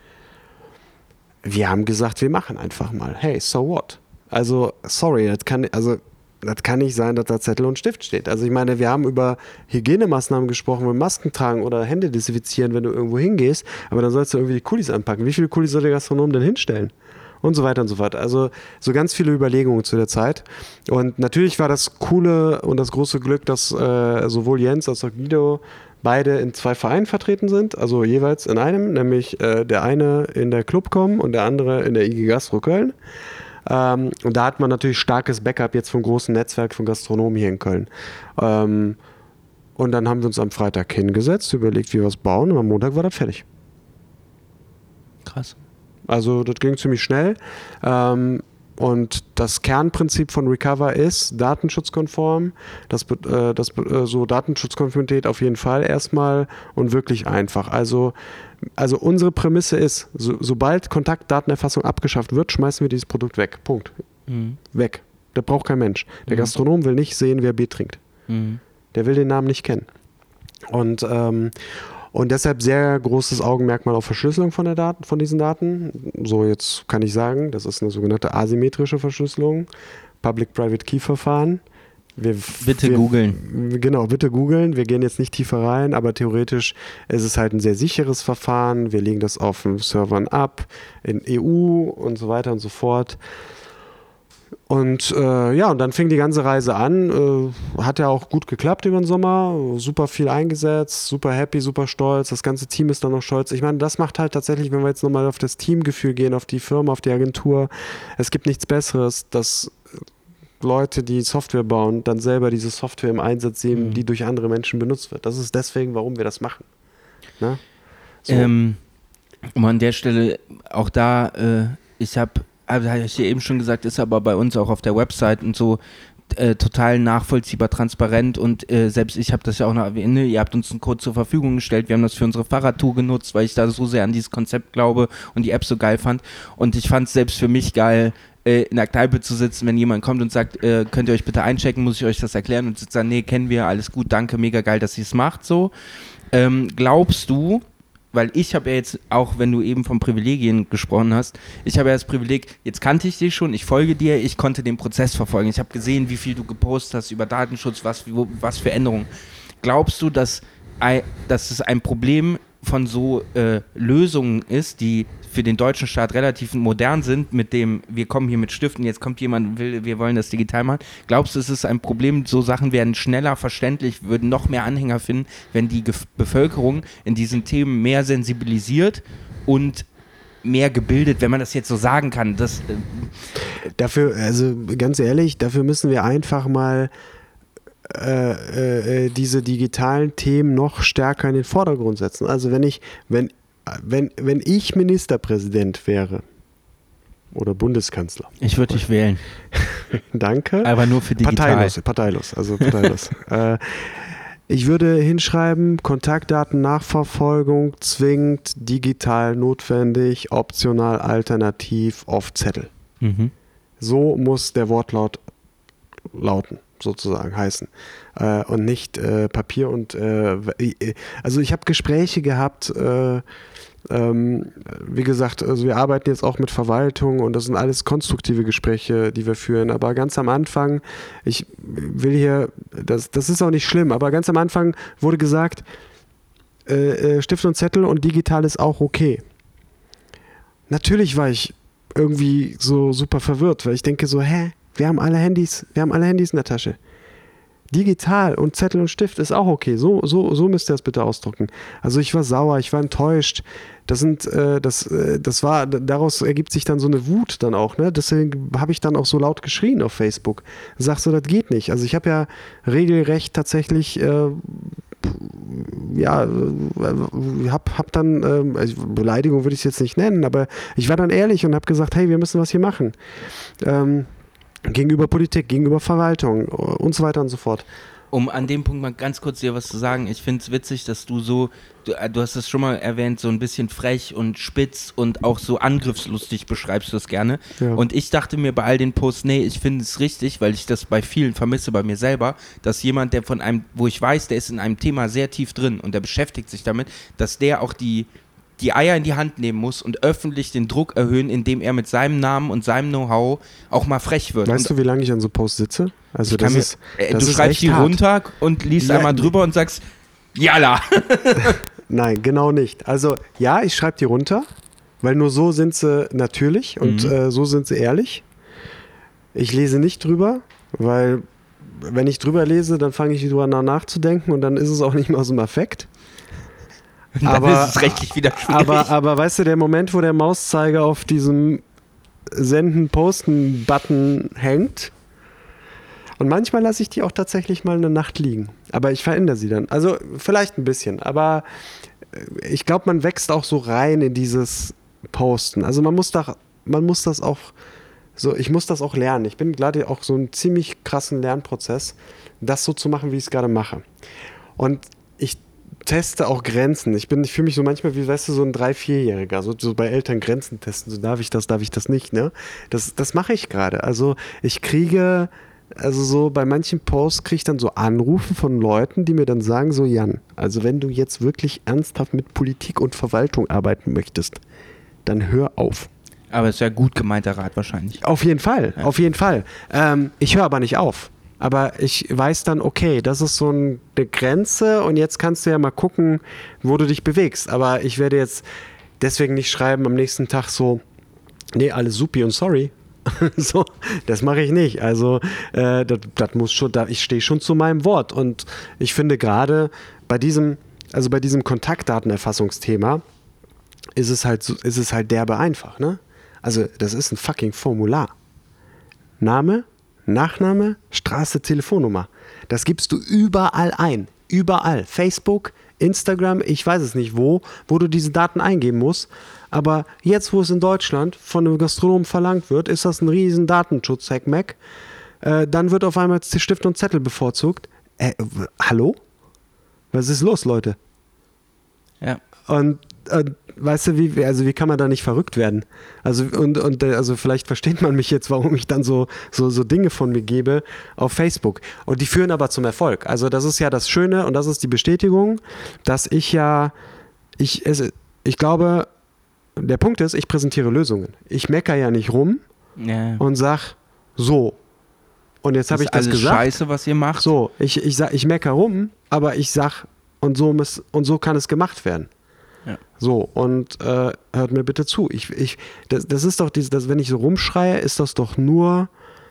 Wir haben gesagt, wir machen einfach mal. Hey, so what? Also, sorry, das kann nicht sein, dass da Zettel und Stift steht. Also ich meine, wir haben über Hygienemaßnahmen gesprochen, mit Masken tragen oder Hände desinfizieren, wenn du irgendwo hingehst, aber dann sollst du irgendwie die Kulis anpacken. Wie viele Kulis soll der Gastronom denn hinstellen? Und so weiter und so fort. Also so ganz viele Überlegungen zu der Zeit. Und natürlich war das Coole und das große Glück, dass sowohl Jens als auch Guido beide in 2 Vereinen vertreten sind, also jeweils in einem, nämlich der eine in der Clubcom und der andere in der IG Gastro Köln. Und da hat man natürlich starkes Backup jetzt vom großen Netzwerk von Gastronomen hier in Köln. Und dann haben wir uns am Freitag hingesetzt, überlegt, wie wir es bauen und am Montag war das fertig. Krass. Also das ging ziemlich schnell. Und das Kernprinzip von Recover ist datenschutzkonform. So Datenschutzkonformität auf jeden Fall erstmal und wirklich einfach. Also unsere Prämisse ist, sobald Kontaktdatenerfassung abgeschafft wird, schmeißen wir dieses Produkt weg. Punkt. Weg. Das braucht kein Mensch. Der Gastronom will nicht sehen, wer Bier trinkt. Der will den Namen nicht kennen. Und deshalb sehr großes Augenmerk mal auf Verschlüsselung von diesen Daten. So, jetzt kann ich sagen, das ist eine sogenannte asymmetrische Verschlüsselung, Public-Private-Key-Verfahren. Bitte googeln. Genau, bitte googeln. Wir gehen jetzt nicht tiefer rein, aber theoretisch ist es halt ein sehr sicheres Verfahren. Wir legen das auf den Servern ab, in EU und so weiter und so fort. Und und dann fing die ganze Reise an. Hat ja auch gut geklappt über den Sommer. Super viel eingesetzt, super happy, super stolz. Das ganze Team ist dann noch stolz. Ich meine, das macht halt tatsächlich, wenn wir jetzt nochmal auf das Teamgefühl gehen, auf die Firma, auf die Agentur, es gibt nichts Besseres, dass Leute, die Software bauen, dann selber diese Software im Einsatz sehen, die durch andere Menschen benutzt wird. Das ist deswegen, warum wir das machen. Ne? So. Um an der Stelle auch da, habe ich dir eben schon gesagt, ist aber bei uns auch auf der Website und so total nachvollziehbar, transparent und selbst ich habe das ja auch noch erwähnt, ihr habt uns einen Code zur Verfügung gestellt, wir haben das für unsure Fahrradtour genutzt, weil ich da so sehr an dieses Konzept glaube und die App so geil fand und ich fand es selbst für mich geil, in der Kneipe zu sitzen, wenn jemand kommt und sagt, könnt ihr euch bitte einchecken, muss ich euch das erklären und sagen, nee, kennen wir, alles gut, danke, mega geil, dass ihr es macht, so. Glaubst du, weil ich habe ja jetzt, auch wenn du eben von Privilegien gesprochen hast, ich habe ja das Privileg, jetzt kannte ich dich schon, ich folge dir, ich konnte den Prozess verfolgen, ich habe gesehen, wie viel du gepostet hast über Datenschutz, was für Änderungen. Glaubst du, dass es ein Problem von so Lösungen ist, die für den deutschen Staat relativ modern sind, mit dem, wir kommen hier mit Stiften, jetzt kommt jemand, wir wollen das digital machen. Glaubst du, es ist ein Problem, so Sachen werden schneller verständlich, würden noch mehr Anhänger finden, wenn die Bevölkerung in diesen Themen mehr sensibilisiert und mehr gebildet, wenn man das jetzt so sagen kann? Dafür, also ganz ehrlich, dafür müssen wir einfach mal diese digitalen Themen noch stärker in den Vordergrund setzen. Also wenn ich Ministerpräsident wäre oder Bundeskanzler. Ich würde dich wählen. Danke. Aber nur für digital. Parteilos. Ich würde hinschreiben, Kontaktdaten-Nachverfolgung zwingend, digital notwendig, optional, alternativ, auf Zettel. So muss der Wortlaut lauten. Sozusagen heißen und nicht Papier und also ich habe Gespräche gehabt, wie gesagt, also wir arbeiten jetzt auch mit Verwaltung und das sind alles konstruktive Gespräche, die wir führen, aber ganz am Anfang, ich will hier, das ist auch nicht schlimm, aber ganz am Anfang wurde gesagt, Stift und Zettel und digital ist auch okay. Natürlich war ich irgendwie so super verwirrt, weil ich denke so, wir haben alle Handys in der Tasche. Digital und Zettel und Stift ist auch okay. So müsst ihr das bitte ausdrucken. Also ich war sauer, ich war enttäuscht. Daraus ergibt sich dann so eine Wut dann auch, ne? Deswegen habe ich dann auch so laut geschrien auf Facebook. Sag so, das geht nicht. Also ich habe ja regelrecht tatsächlich hab dann, Beleidigung würde ich es jetzt nicht nennen, aber ich war dann ehrlich und habe gesagt, hey, wir müssen was hier machen. Gegenüber Politik, gegenüber Verwaltung und so weiter und so fort. Um an dem Punkt mal ganz kurz dir was zu sagen, ich finde es witzig, dass du hast es schon mal erwähnt, so ein bisschen frech und spitz und auch so angriffslustig beschreibst du es gerne. Ja. Und ich dachte mir bei all den Posts, nee, ich finde es richtig, weil ich das bei vielen vermisse, bei mir selber, dass jemand, der von einem, wo ich weiß, der ist in einem Thema sehr tief drin und der beschäftigt sich damit, dass der auch die Eier in die Hand nehmen muss und öffentlich den Druck erhöhen, indem er mit seinem Namen und seinem Know-how auch mal frech wird. Weißt du, wie lange ich an so Posts sitze? Also du schreibst die runter und liest einmal drüber und sagst, Jalla! Nein, genau nicht. Also ja, ich schreibe die runter, weil nur so sind sie natürlich und so sind sie ehrlich. Ich lese nicht drüber, weil wenn ich drüber lese, dann fange ich drüber nachzudenken und dann ist es auch nicht mehr so ein Affekt. Aber ist es rechtlich wieder schwierig. Aber weißt du, der Moment, wo der Mauszeiger auf diesem Senden-Posten-Button hängt Und manchmal lasse ich die auch tatsächlich mal eine Nacht liegen. Aber ich verändere sie dann. Also vielleicht ein bisschen, aber ich glaube, man wächst auch so rein in dieses Posten. Also man muss das auch so, ich muss das auch lernen. Ich bin gerade auch so einen ziemlich krassen Lernprozess, das so zu machen, wie ich es gerade mache. Und ich teste auch Grenzen. Ich fühle mich so manchmal wie, weißt du, so ein 3-4-Jähriger, so bei Eltern Grenzen testen, so darf ich das nicht, ne? Das mache ich gerade. Also ich kriege, also so bei manchen Posts kriege ich dann so Anrufe von Leuten, die mir dann sagen, so Jan, also wenn du jetzt wirklich ernsthaft mit Politik und Verwaltung arbeiten möchtest, dann hör auf. Aber es ist ja gut gemeinter Rat wahrscheinlich. Auf jeden Fall, ja. Auf jeden Fall. Ich höre aber nicht auf. Aber ich weiß dann, okay, das ist so eine Grenze und jetzt kannst du ja mal gucken, wo du dich bewegst. Aber ich werde jetzt deswegen nicht schreiben am nächsten Tag so, nee, alles supi und sorry. So, das mache ich nicht. Also das muss schon, ich stehe schon zu meinem Wort. Und ich finde gerade bei diesem Kontaktdatenerfassungsthema ist es halt derbe einfach, ne? Also das ist ein fucking Formular. Name, Nachname, Straße, Telefonnummer. Das gibst du überall ein. Überall. Facebook, Instagram, ich weiß es nicht wo du diese Daten eingeben musst. Aber jetzt, wo es in Deutschland von einem Gastronomen verlangt wird, ist das ein riesen Datenschutz-Hack-Mack. Dann wird auf einmal Stift und Zettel bevorzugt. Hallo? Was ist los, Leute? Ja. Und weißt du, wie kann man da nicht verrückt werden? Also also vielleicht versteht man mich jetzt, warum ich dann so Dinge von mir gebe auf Facebook. Und die führen aber zum Erfolg. Also das ist ja das Schöne und das ist die Bestätigung, dass ich glaube, der Punkt ist, ich präsentiere Lösungen. Ich meckere ja nicht rum und sag so. Und jetzt habe ich das gesagt. Das ist alles Scheiße, was ihr macht. So, ich meckere rum, aber ich sag, und so kann es gemacht werden. Ja. So, und hört mir bitte zu. Das ist doch wenn ich so rumschreie, ist das doch nur,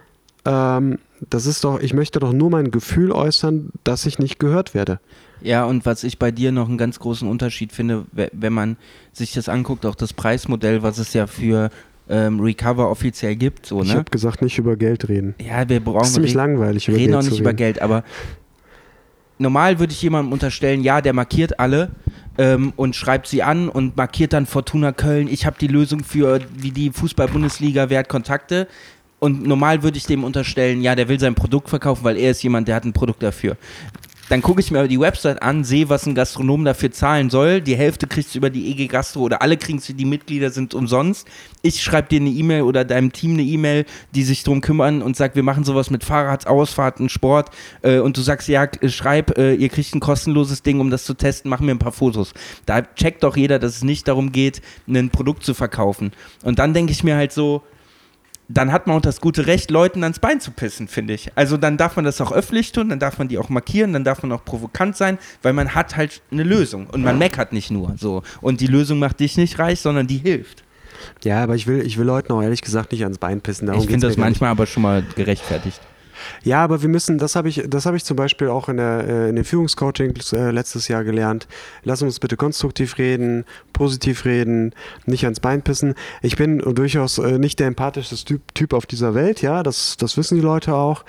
ich möchte doch nur mein Gefühl äußern, dass ich nicht gehört werde. Ja, und was ich bei dir noch einen ganz großen Unterschied finde, wenn man sich das anguckt, auch das Preismodell, was es ja für Recover offiziell gibt. So, ne? Ich habe gesagt, nicht über Geld reden. Ja, wir brauchen... Das ist ziemlich langweilig, über Geld Geld auch nicht über Geld, aber normal würde ich jemandem unterstellen, ja, der markiert alle und schreibt sie an und markiert dann Fortuna Köln, ich habe die Lösung für, wie die Fußball-Bundesliga, wer hat Kontakte. Und normal würde ich dem unterstellen, ja, der will sein Produkt verkaufen, weil er ist jemand, der hat ein Produkt dafür. Dann gucke ich mir aber die Website an, sehe, was ein Gastronom dafür zahlen soll. Die Hälfte kriegst du über die EG Gastro oder alle kriegen es, die Mitglieder sind umsonst. Ich schreibe dir eine E-Mail oder deinem Team eine E-Mail, die sich drum kümmern und sagt, wir machen sowas mit Fahrradsausfahrten, Sport. Und du sagst, ja, schreib, ihr kriegt ein kostenloses Ding, um das zu testen, machen wir ein paar Fotos. Da checkt doch jeder, dass es nicht darum geht, ein Produkt zu verkaufen. Und dann denke ich mir halt so, dann hat man auch das gute Recht, Leuten ans Bein zu pissen, finde ich. Also dann darf man das auch öffentlich tun, dann darf man die auch markieren, dann darf man auch provokant sein, weil man hat halt eine Lösung und man meckert nicht nur so. Und die Lösung macht dich nicht reich, sondern die hilft. Ja, aber ich will Leuten auch ehrlich gesagt nicht ans Bein pissen. Ich finde das manchmal aber schon mal gerechtfertigt. Ja, aber wir müssen, das habe ich zum Beispiel auch in den Führungscoachings letztes Jahr gelernt. Lass uns bitte konstruktiv reden, positiv reden, nicht ans Bein pissen. Ich bin durchaus nicht der empathischste Typ auf dieser Welt, ja, das wissen die Leute auch.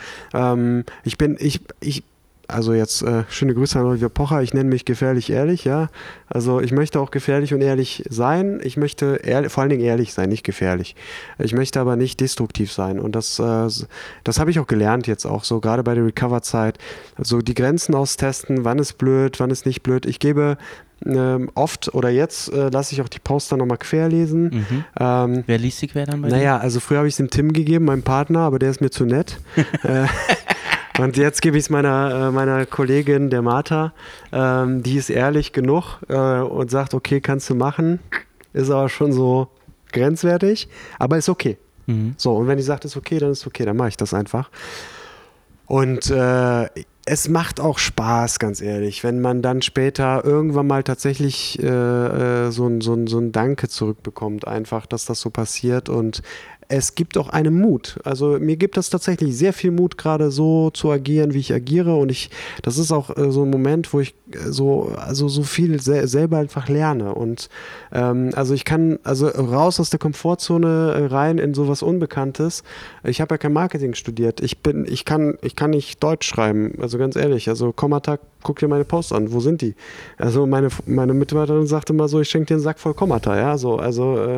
Also jetzt schöne Grüße an Oliver Pocher, ich nenne mich gefährlich ehrlich, ja. Also ich möchte auch gefährlich und ehrlich sein. Ich möchte vor allen Dingen ehrlich sein, nicht gefährlich. Ich möchte aber nicht destruktiv sein. Und das habe ich auch gelernt jetzt auch so, gerade bei der Recover-Zeit. Also die Grenzen austesten, wann ist blöd, wann ist nicht blöd. Ich gebe oft oder jetzt lasse ich auch die Poster nochmal quer lesen. Mhm. Wer liest die quer dann bei dir? Naja, also früher habe ich es dem Tim gegeben, meinem Partner, aber der ist mir zu nett. Und jetzt gebe ich es meiner Kollegin, der Martha, die ist ehrlich genug und sagt, okay, kannst du machen, ist aber schon so grenzwertig, aber ist okay. Mhm. So, und wenn die sagt, ist okay, dann mache ich das einfach. Und es macht auch Spaß, ganz ehrlich, wenn man dann später irgendwann mal tatsächlich so ein Danke zurückbekommt, einfach, dass das so passiert, und es gibt auch einen Mut. Also mir gibt das tatsächlich sehr viel Mut, gerade so zu agieren, wie ich agiere, und das ist auch so ein Moment, wo ich so viel selber einfach lerne, und also ich kann raus aus der Komfortzone rein in sowas Unbekanntes. Ich habe ja kein Marketing studiert. Ich kann nicht Deutsch schreiben, also ganz ehrlich. Also Kommata, guck dir meine Posts an, wo sind die? Also meine Mitarbeiterin sagte immer so, ich schenke dir einen Sack voll Kommata, ja, so, also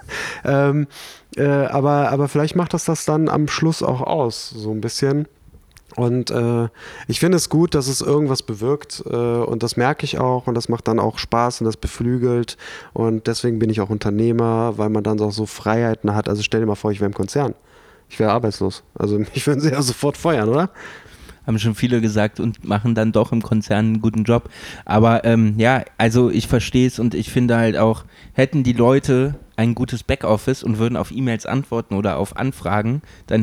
aber vielleicht macht das dann am Schluss auch aus, so ein bisschen. Und ich finde es gut, dass es irgendwas bewirkt, und das merke ich auch, und das macht dann auch Spaß und das beflügelt, und deswegen bin ich auch Unternehmer, weil man dann auch so Freiheiten hat. Also stell dir mal vor, ich wäre im Konzern. Ich wäre arbeitslos. Also mich würden sie ja sofort feuern, oder? Haben schon viele gesagt und machen dann doch im Konzern einen guten Job. Aber ja, also ich verstehe es, und ich finde halt auch, hätten die Leute ein gutes Backoffice und würden auf E-Mails antworten oder auf Anfragen, dann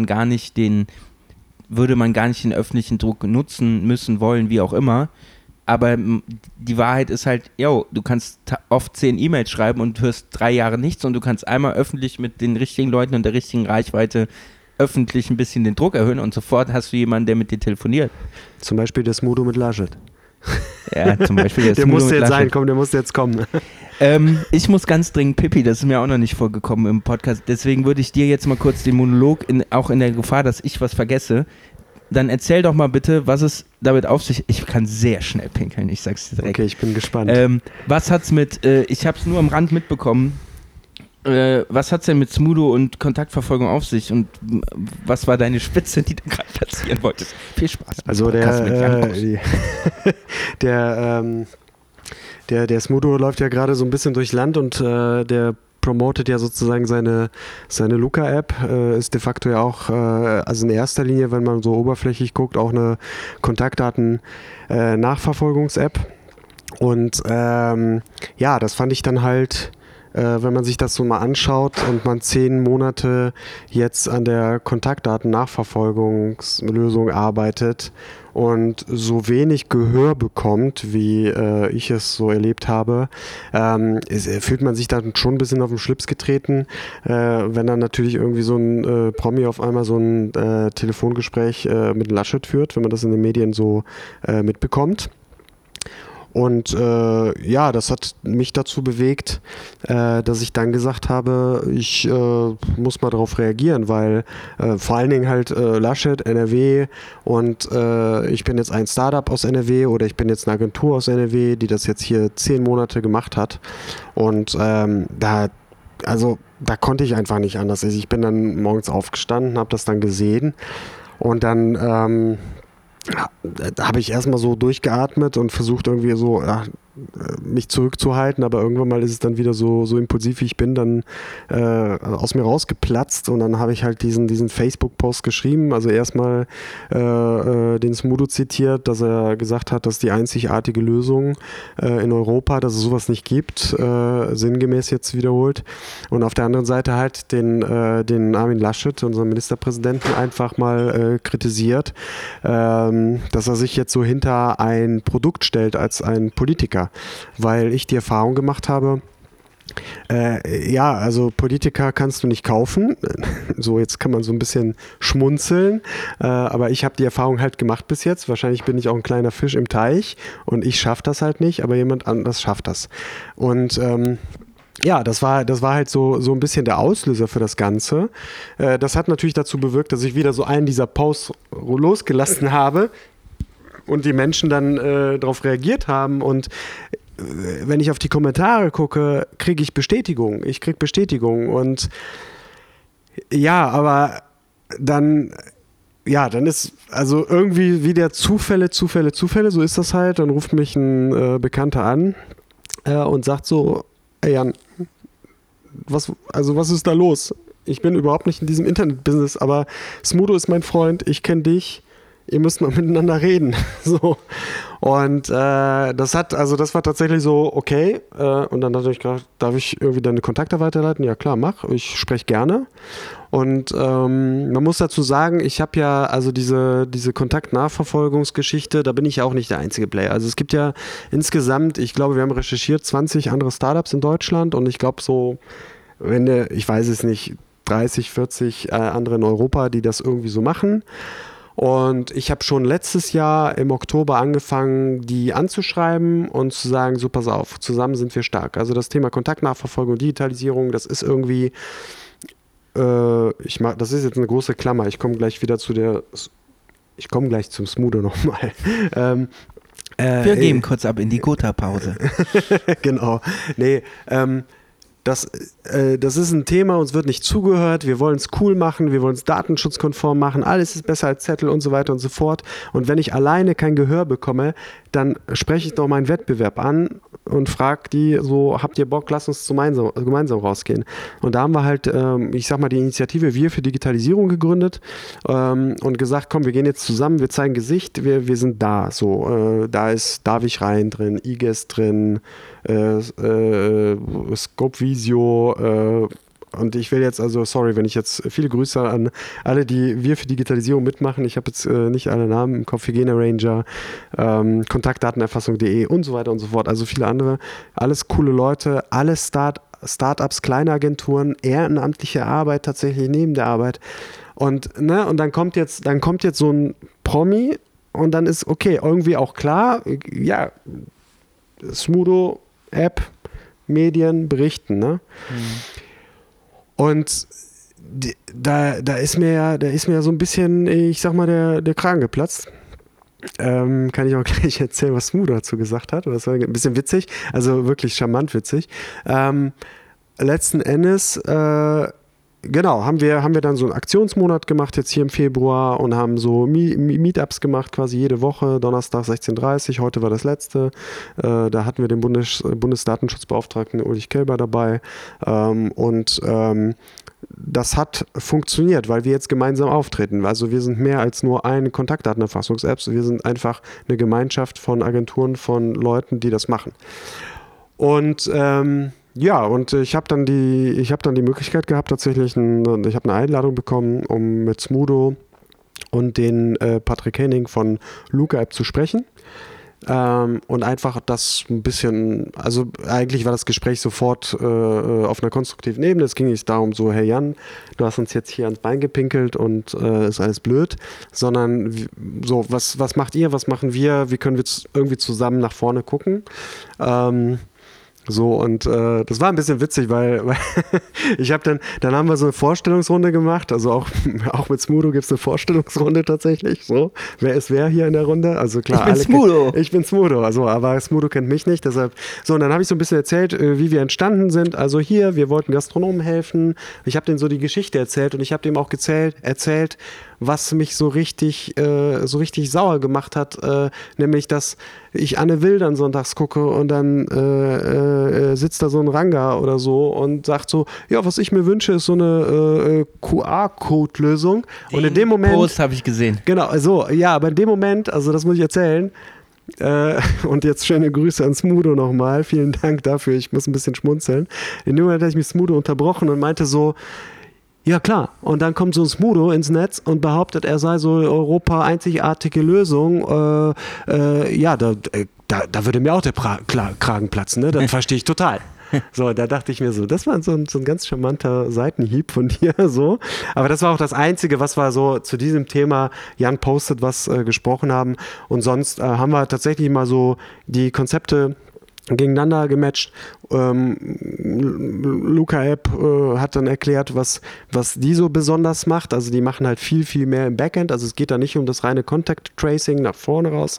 würde man gar nicht den öffentlichen Druck nutzen müssen, wollen, wie auch immer. Aber die Wahrheit ist halt, du kannst oft 10 E-Mails schreiben und hörst 3 Jahre nichts, und du kannst einmal öffentlich mit den richtigen Leuten und der richtigen Reichweite öffentlich ein bisschen den Druck erhöhen, und sofort hast du jemanden, der mit dir telefoniert. Zum Beispiel der Smudo mit Laschet. Ja, zum Beispiel der musste jetzt sein, komm, der musste jetzt kommen. Ich muss ganz dringend Pipi, das ist mir auch noch nicht vorgekommen im Podcast, deswegen würde ich dir jetzt mal kurz den Monolog, auch in der Gefahr, dass ich was vergesse, dann erzähl doch mal bitte, was es damit auf sich, ich kann sehr schnell pinkeln, ich sag's dir direkt. Okay, ich bin gespannt. Was hat's mit, ich hab's nur am Rand mitbekommen, was hat's denn mit Smudo und Kontaktverfolgung auf sich, und was war deine Spitze, die du gerade platzieren wolltest? Viel Spaß. Also der Smudo läuft ja gerade so ein bisschen durchs Land, und der promotet ja sozusagen seine Luca-App, ist de facto ja auch, also in erster Linie, wenn man so oberflächlich guckt, auch eine Kontaktdaten-Nachverfolgungs-App. Und ja, das fand ich dann halt, wenn man sich das so mal anschaut und man 10 Monate jetzt an der Kontaktdaten-Nachverfolgungslösung arbeitet und so wenig Gehör bekommt, wie ich es so erlebt habe, fühlt man sich dann schon ein bisschen auf den Schlips getreten, wenn dann natürlich irgendwie so ein Promi auf einmal so ein Telefongespräch mit Laschet führt, wenn man das in den Medien so mitbekommt. Und ja, das hat mich dazu bewegt, dass ich dann gesagt habe, ich muss mal darauf reagieren, weil vor allen Dingen halt Laschet, NRW, und ich bin jetzt ein Startup aus NRW oder ich bin jetzt eine Agentur aus NRW, die das jetzt hier 10 Monate gemacht hat. Und da konnte ich einfach nicht anders. Also ich bin dann morgens aufgestanden, habe das dann gesehen, und dann da habe ich erstmal so durchgeatmet und versucht irgendwie so mich zurückzuhalten, aber irgendwann mal ist es dann wieder so impulsiv, wie ich bin, dann aus mir rausgeplatzt, und dann habe ich halt diesen Facebook-Post geschrieben, also erstmal den Smudo zitiert, dass er gesagt hat, dass die einzigartige Lösung in Europa, dass es sowas nicht gibt, sinngemäß jetzt wiederholt, und auf der anderen Seite halt den Armin Laschet, unseren Ministerpräsidenten, einfach mal kritisiert, dass er sich jetzt so hinter ein Produkt stellt als ein Politiker, weil ich die Erfahrung gemacht habe, ja, also Politiker kannst du nicht kaufen. So, jetzt kann man so ein bisschen schmunzeln, aber ich habe die Erfahrung halt gemacht bis jetzt. Wahrscheinlich bin ich auch ein kleiner Fisch im Teich und ich schaffe das halt nicht, aber jemand anders schafft das. Und ja, das war halt so ein bisschen der Auslöser für das Ganze. Das hat natürlich dazu bewirkt, dass ich wieder so einen dieser Posts losgelassen habe und die Menschen dann darauf reagiert haben, und wenn ich auf die Kommentare gucke, kriege ich Bestätigung. Ich kriege Bestätigung, und ja, aber dann ist also irgendwie wieder Zufälle, so ist das halt. Dann ruft mich ein Bekannter an und sagt so, ey Jan, was ist da los? Ich bin überhaupt nicht in diesem Internet-Business, aber Smudo ist mein Freund, ich kenne dich. ihr müsst mal miteinander reden. So. Und das war tatsächlich so, okay. Und dann dachte ich, darf ich irgendwie deine Kontakte weiterleiten? Ja klar, mach. Ich spreche gerne. Und man muss dazu sagen, ich habe ja also diese Kontaktnachverfolgungsgeschichte, da bin ich ja auch nicht der einzige Player. Also es gibt ja insgesamt, ich glaube, wir haben recherchiert, 20 andere Startups in Deutschland und ich glaube so, ich weiß es nicht, 30, 40 andere in Europa, die das irgendwie so machen. Und ich habe schon letztes Jahr im Oktober angefangen, die anzuschreiben und zu sagen, so pass auf, zusammen sind wir stark. Also das Thema Kontaktnachverfolgung, Digitalisierung, das ist irgendwie, das ist jetzt eine große Klammer, ich komme gleich zum Smootho nochmal. Wir gehen kurz ab in die Gotha-Pause. Genau, nee, das ist ein Thema, uns wird nicht zugehört, wir wollen es cool machen, wir wollen es datenschutzkonform machen, alles ist besser als Zettel und so weiter und so fort. Und wenn ich alleine kein Gehör bekomme, dann spreche ich doch meinen Wettbewerb an und frage die so, habt ihr Bock, lasst uns gemeinsam rausgehen. Und da haben wir halt, ich sag mal, die Initiative Wir für Digitalisierung gegründet und gesagt, komm, wir gehen jetzt zusammen, wir zeigen Gesicht, wir sind da. So, da ist David Rein drin, IGES drin, Scope Visio, und ich will jetzt sorry, wenn ich jetzt viele Grüße an alle, die Wir für Digitalisierung mitmachen. Ich habe jetzt nicht alle Namen im Kopf. Hygiene-Ranger, Kontaktdatenerfassung.de und so weiter und so fort. Also viele andere. Alles coole Leute, alle Startups, kleine Agenturen, ehrenamtliche Arbeit tatsächlich neben der Arbeit. Und dann kommt jetzt so ein Promi und dann ist okay, irgendwie auch klar, ja, Smootho, App, Medien, berichten, ne? Und da ist mir ja so ein bisschen, ich sag mal, der Kragen geplatzt. Kann ich auch gleich erzählen, was Smootho dazu gesagt hat. Das war ein bisschen witzig, also wirklich charmant witzig. Letzten Endes, genau, haben wir dann so einen Aktionsmonat gemacht, jetzt hier im Februar, und haben so Meetups gemacht, quasi jede Woche, Donnerstag 16:30 Uhr, heute war das letzte. Da hatten wir den Bundesdatenschutzbeauftragten Ulrich Kelber dabei. Das hat funktioniert, weil wir jetzt gemeinsam auftreten. Also wir sind mehr als nur eine Kontaktdatenerfassungs-App, wir sind einfach eine Gemeinschaft von Agenturen, von Leuten, die das machen. Und ja, und ich habe dann die Möglichkeit gehabt, tatsächlich, ich habe eine Einladung bekommen, um mit Smootho und den Patrick Henning von Luca App zu sprechen. Und einfach das ein bisschen, also eigentlich war das Gespräch sofort auf einer konstruktiven Ebene. Es ging nicht darum, so, hey Jan, du hast uns jetzt hier ans Bein gepinkelt und ist alles blöd, sondern so, was macht ihr, was machen wir, wie können wir irgendwie zusammen nach vorne gucken. So, und das war ein bisschen witzig, weil ich habe dann haben wir so eine Vorstellungsrunde gemacht, also auch mit Smootho gibt es eine Vorstellungsrunde tatsächlich, so, wer ist wer hier in der Runde, also klar, ich bin Smootho, also, aber Smootho kennt mich nicht, deshalb, so, und dann habe ich so ein bisschen erzählt, wie wir entstanden sind, also hier, wir wollten Gastronomen helfen, ich habe denen so die Geschichte erzählt und ich habe dem auch erzählt, was mich so richtig sauer gemacht hat, nämlich, dass ich Anne Will dann sonntags gucke und dann sitzt da so ein Ranga oder so und sagt so, ja, was ich mir wünsche, ist so eine QR-Code-Lösung. Und in dem Moment... Post habe ich gesehen. Genau, so, ja, aber in dem Moment, also das muss ich erzählen, und jetzt schöne Grüße an Smootho nochmal, vielen Dank dafür, ich muss ein bisschen schmunzeln. In dem Moment hatte ich mich Smootho unterbrochen und meinte so, ja klar, und dann kommt so ein Smootho ins Netz und behauptet, er sei so Europa einzigartige Lösung. Ja, da würde mir auch der Kragen platzen, ne? Das verstehe ich total. So, da dachte ich mir so, das war so ein ganz charmanter Seitenhieb von dir, so. Aber das war auch das Einzige, was wir so zu diesem Thema, Jan postet, was gesprochen haben. Und sonst haben wir tatsächlich mal so die Konzepte gegeneinander gematcht. Luca App hat dann erklärt, was die so besonders macht. Also die machen halt viel, viel mehr im Backend. Also es geht da nicht um das reine Contact Tracing nach vorne raus.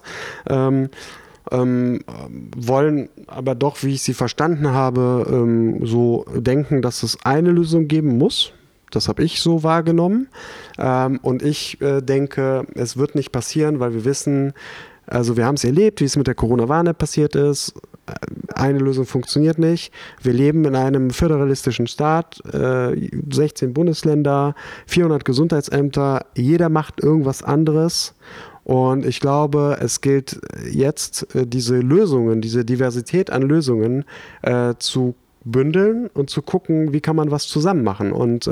Wollen aber doch, wie ich sie verstanden habe, so denken, dass es eine Lösung geben muss. Das habe ich so wahrgenommen. Und ich denke, es wird nicht passieren, weil wir wissen, also wir haben es erlebt, wie es mit der Corona-Warn-App passiert ist. Eine Lösung funktioniert nicht. Wir leben in einem föderalistischen Staat, 16 Bundesländer, 400 Gesundheitsämter. Jeder macht irgendwas anderes. Und ich glaube, es gilt jetzt, diese Lösungen, diese Diversität an Lösungen zu bündeln und zu gucken, wie kann man was zusammen machen. Und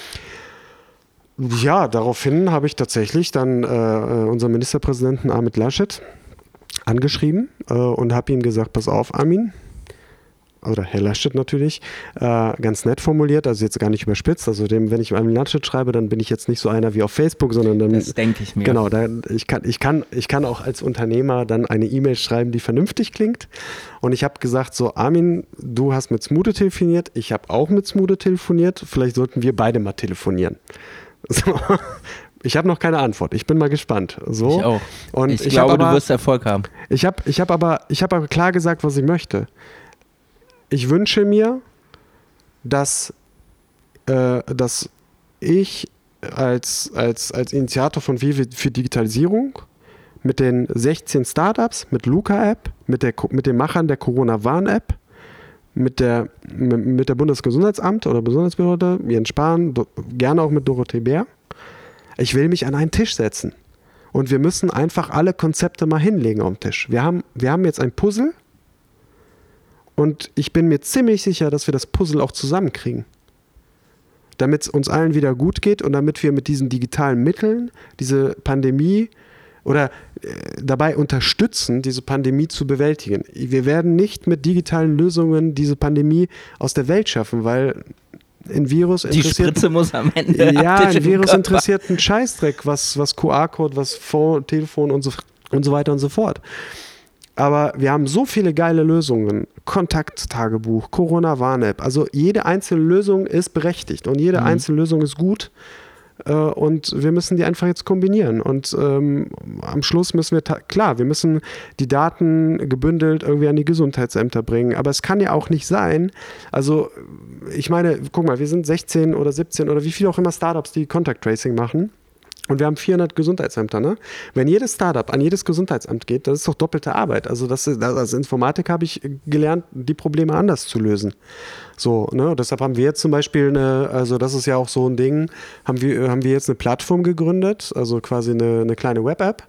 ja, daraufhin habe ich tatsächlich dann unseren Ministerpräsidenten Armin Laschet angeschrieben und habe ihm gesagt, pass auf, Armin, oder Herr Laschet natürlich, ganz nett formuliert, also jetzt gar nicht überspitzt, also wenn ich Armin Laschet schreibe, dann bin ich jetzt nicht so einer wie auf Facebook, sondern dann... Das denke ich mir. Genau, ich kann auch als Unternehmer dann eine E-Mail schreiben, die vernünftig klingt, und ich habe gesagt, so Armin, du hast mit Smude telefoniert, ich habe auch mit Smude telefoniert, vielleicht sollten wir beide mal telefonieren. So. Ich habe noch keine Antwort. Ich bin mal gespannt. So. Ich auch. Und ich glaube, du wirst Erfolg haben. Ich hab aber klar gesagt, was ich möchte. Ich wünsche mir, dass ich als Initiator von Wir für Digitalisierung mit den 16 Startups, mit Luca-App, mit den Machern der Corona-Warn-App, mit der Bundesgesundheitsamt oder Gesundheitsbehörde, Jens Spahn, gerne auch mit Dorothee Bär. Ich will mich an einen Tisch setzen. Und wir müssen einfach alle Konzepte mal hinlegen auf den Tisch. Wir haben jetzt ein Puzzle und ich bin mir ziemlich sicher, dass wir das Puzzle auch zusammenkriegen. Damit es uns allen wieder gut geht und damit wir mit diesen digitalen Mitteln diese Pandemie oder dabei unterstützen, diese Pandemie zu bewältigen. Wir werden nicht mit digitalen Lösungen diese Pandemie aus der Welt schaffen, weil ein Virus interessiert... Die Spritze muss am Ende... Ja, ein Virus interessiert einen Scheißdreck, was QR-Code, was Telefon und so weiter und so fort. Aber wir haben so viele geile Lösungen. Kontakttagebuch, Corona-Warn-App. Also jede einzelne Lösung ist berechtigt und jede einzelne Lösung ist gut. Und wir müssen die einfach jetzt kombinieren. Und am Schluss müssen wir müssen die Daten gebündelt irgendwie an die Gesundheitsämter bringen. Aber es kann ja auch nicht sein, also ich meine, guck mal, wir sind 16 oder 17 oder wie viele auch immer Startups, die Contact Tracing machen. Und wir haben 400 Gesundheitsämter, ne? Wenn jedes Startup an jedes Gesundheitsamt geht, das ist doch doppelte Arbeit. Also als Informatiker habe ich gelernt, die Probleme anders zu lösen. So, ne? Und deshalb haben wir jetzt zum Beispiel also das ist ja auch so ein Ding, haben wir jetzt eine Plattform gegründet, also quasi eine kleine Web-App,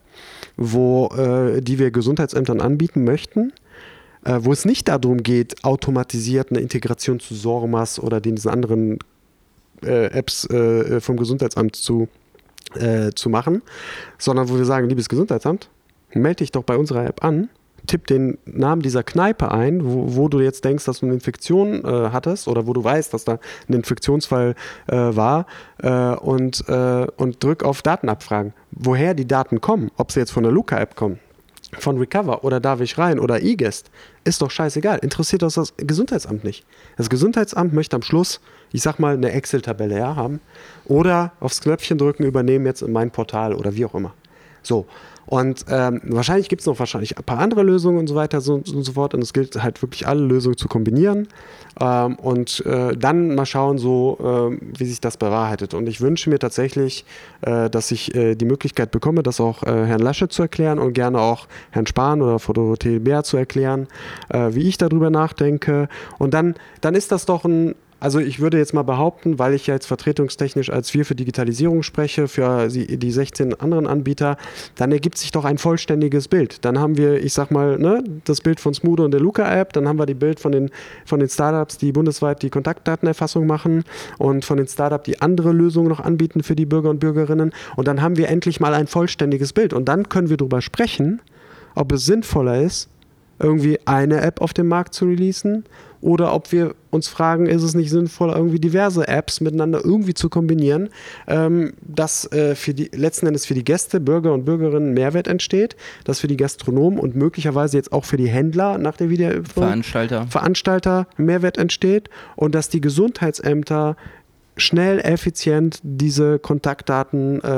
die wir Gesundheitsämtern anbieten möchten, wo es nicht darum geht, automatisiert eine Integration zu SORMAS oder diesen anderen Apps vom Gesundheitsamt zu machen, sondern wo wir sagen, liebes Gesundheitsamt, melde dich doch bei unserer App an, tipp den Namen dieser Kneipe ein, wo du jetzt denkst, dass du eine Infektion hattest oder wo du weißt, dass da ein Infektionsfall war und drück auf Datenabfragen. Woher die Daten kommen, ob sie jetzt von der Luca-App kommen, von Recover oder Darf ich rein oder eGuest, ist doch scheißegal. Interessiert das Gesundheitsamt nicht. Das Gesundheitsamt möchte am Schluss, ich sag mal, eine Excel-Tabelle haben oder aufs Knöpfchen drücken, übernehmen jetzt in mein Portal oder wie auch immer. So. Und wahrscheinlich gibt es noch ein paar andere Lösungen und so weiter und so fort. Und es gilt halt wirklich alle Lösungen zu kombinieren und dann mal schauen, wie sich das bewahrheitet. Und ich wünsche mir tatsächlich, dass ich die Möglichkeit bekomme, das auch Herrn Laschet zu erklären und gerne auch Herrn Spahn oder Frau Dorothee Bär zu erklären, wie ich darüber nachdenke. Und dann ist das doch also ich würde jetzt mal behaupten, weil ich ja jetzt vertretungstechnisch als Wir für Digitalisierung spreche, für die 16 anderen Anbieter, dann ergibt sich doch ein vollständiges Bild. Dann haben wir, ich sag mal, ne, das Bild von Smudo und der Luca-App, dann haben wir die Bild von den Startups, die bundesweit die Kontaktdatenerfassung machen und von den Startups, die andere Lösungen noch anbieten für die Bürger und Bürgerinnen. Und dann haben wir endlich mal ein vollständiges Bild. Und dann können wir darüber sprechen, ob es sinnvoller ist, irgendwie eine App auf den Markt zu releasen oder ob wir uns fragen, ist es nicht sinnvoll, irgendwie diverse Apps miteinander irgendwie zu kombinieren, dass letzten Endes für die Gäste, Bürger und Bürgerinnen Mehrwert entsteht, dass für die Gastronomen und möglicherweise jetzt auch für die Händler nach der Wiederimpfung Veranstalter Mehrwert entsteht und dass die Gesundheitsämter schnell, effizient diese Kontakte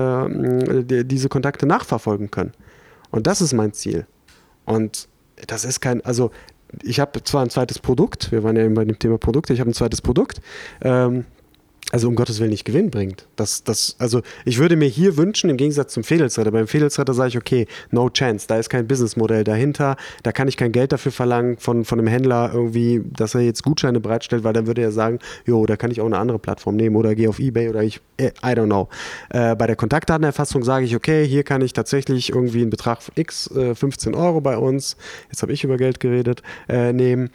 nachverfolgen können. Und das ist mein Ziel. Und das ist also ich habe zwar ein zweites Produkt, wir waren ja eben bei dem Thema Produkte, ich habe ein zweites Produkt, also um Gottes Willen nicht Gewinn bringt. Also ich würde mir hier wünschen, im Gegensatz zum Fedelsretter, beim Fedelsretter sage ich, okay, no chance, da ist kein Businessmodell dahinter, da kann ich kein Geld dafür verlangen von einem Händler irgendwie, dass er jetzt Gutscheine bereitstellt, weil dann würde er sagen, jo, da kann ich auch eine andere Plattform nehmen oder gehe auf eBay oder I don't know. Bei der Kontaktdatenerfassung sage ich, okay, hier kann ich tatsächlich irgendwie einen Betrag X, 15 Euro bei uns, jetzt habe ich über Geld geredet, nehmen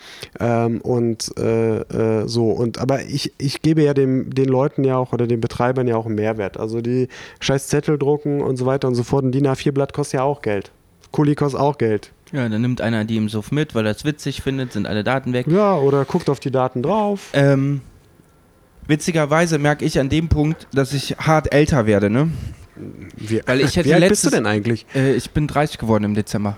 aber ich gebe ja den Leuten ja auch oder den Betreibern ja auch einen Mehrwert. Also die scheiß Zettel drucken und so weiter und so fort. Ein DIN A4-Blatt kostet ja auch Geld. Kuli kostet auch Geld. Ja, dann nimmt einer die im Suff mit, weil er es witzig findet, sind alle Daten weg. Ja, oder guckt auf die Daten drauf. Witzigerweise merke ich an dem Punkt, dass ich hart älter werde, ne? Wie alt bist du denn eigentlich? Ich bin 30 geworden im Dezember.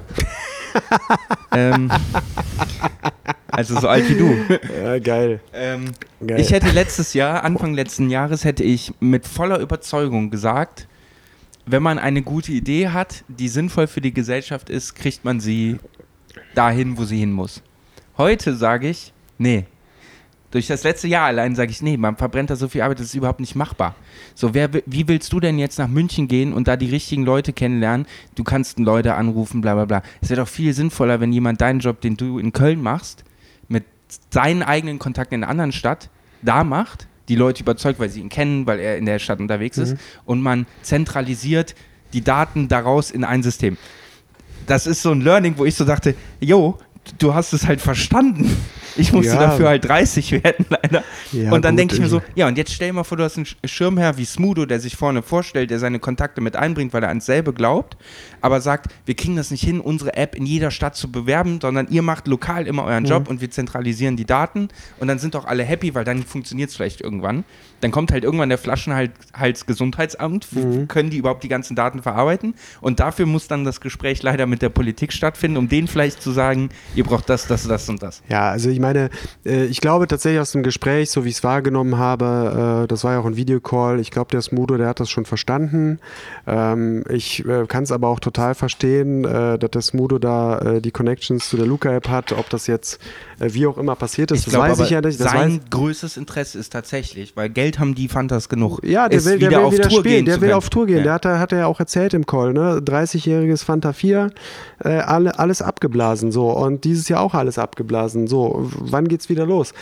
Also so alt wie du. Ja, geil. Geil. Ich hätte Anfang letzten Jahres, hätte ich mit voller Überzeugung gesagt, wenn man eine gute Idee hat, die sinnvoll für die Gesellschaft ist, kriegt man sie dahin, wo sie hin muss. Heute sage ich, nee. Durch das letzte Jahr allein sage ich, nee, man verbrennt da so viel Arbeit, das ist überhaupt nicht machbar. So, wie willst du denn jetzt nach München gehen und da die richtigen Leute kennenlernen? Du kannst Leute anrufen, bla bla bla. Es wäre doch viel sinnvoller, wenn jemand deinen Job, den du in Köln machst, mit seinen eigenen Kontakten in einer anderen Stadt da macht, die Leute überzeugt, weil sie ihn kennen, weil er in der Stadt unterwegs ist und man zentralisiert die Daten daraus in ein System. Das ist so ein Learning, wo ich so dachte, jo, du hast es halt verstanden. Ich musste dafür halt 30 werden, leider. Ja, und dann denke ich mir so, ja, und jetzt stell dir mal vor, du hast einen Schirmherr wie Smudo, der sich vorne vorstellt, der seine Kontakte mit einbringt, weil er ans selbe glaubt, aber sagt, wir kriegen das nicht hin, unsere App in jeder Stadt zu bewerben, sondern ihr macht lokal immer euren Job und wir zentralisieren die Daten und dann sind auch alle happy, weil dann funktioniert es vielleicht irgendwann. Dann kommt halt irgendwann der Flaschenhals-Gesundheitsamt, können die überhaupt die ganzen Daten verarbeiten und dafür muss dann das Gespräch leider mit der Politik stattfinden, um denen vielleicht zu sagen, ihr braucht das und das. Ja, also ich meine, ich glaube tatsächlich aus dem Gespräch, so wie ich es wahrgenommen habe, das war ja auch ein Videocall, ich glaube, der Smudo, der hat das schon verstanden. Ich kann es aber auch total verstehen, dass der Smudo da die Connections zu der Luca-App hat, ob das jetzt wie auch immer passiert ist, das weiß ich ja nicht. Sein größtes Interesse ist tatsächlich, weil Geld haben die Fantas genug. Ja, der will wieder spielen, der will auf Tour gehen, der hat er ja auch erzählt im Call, ne? 30-jähriges Fanta 4, alles abgeblasen, so, und dieses Jahr auch alles abgeblasen, so, wann geht's wieder los?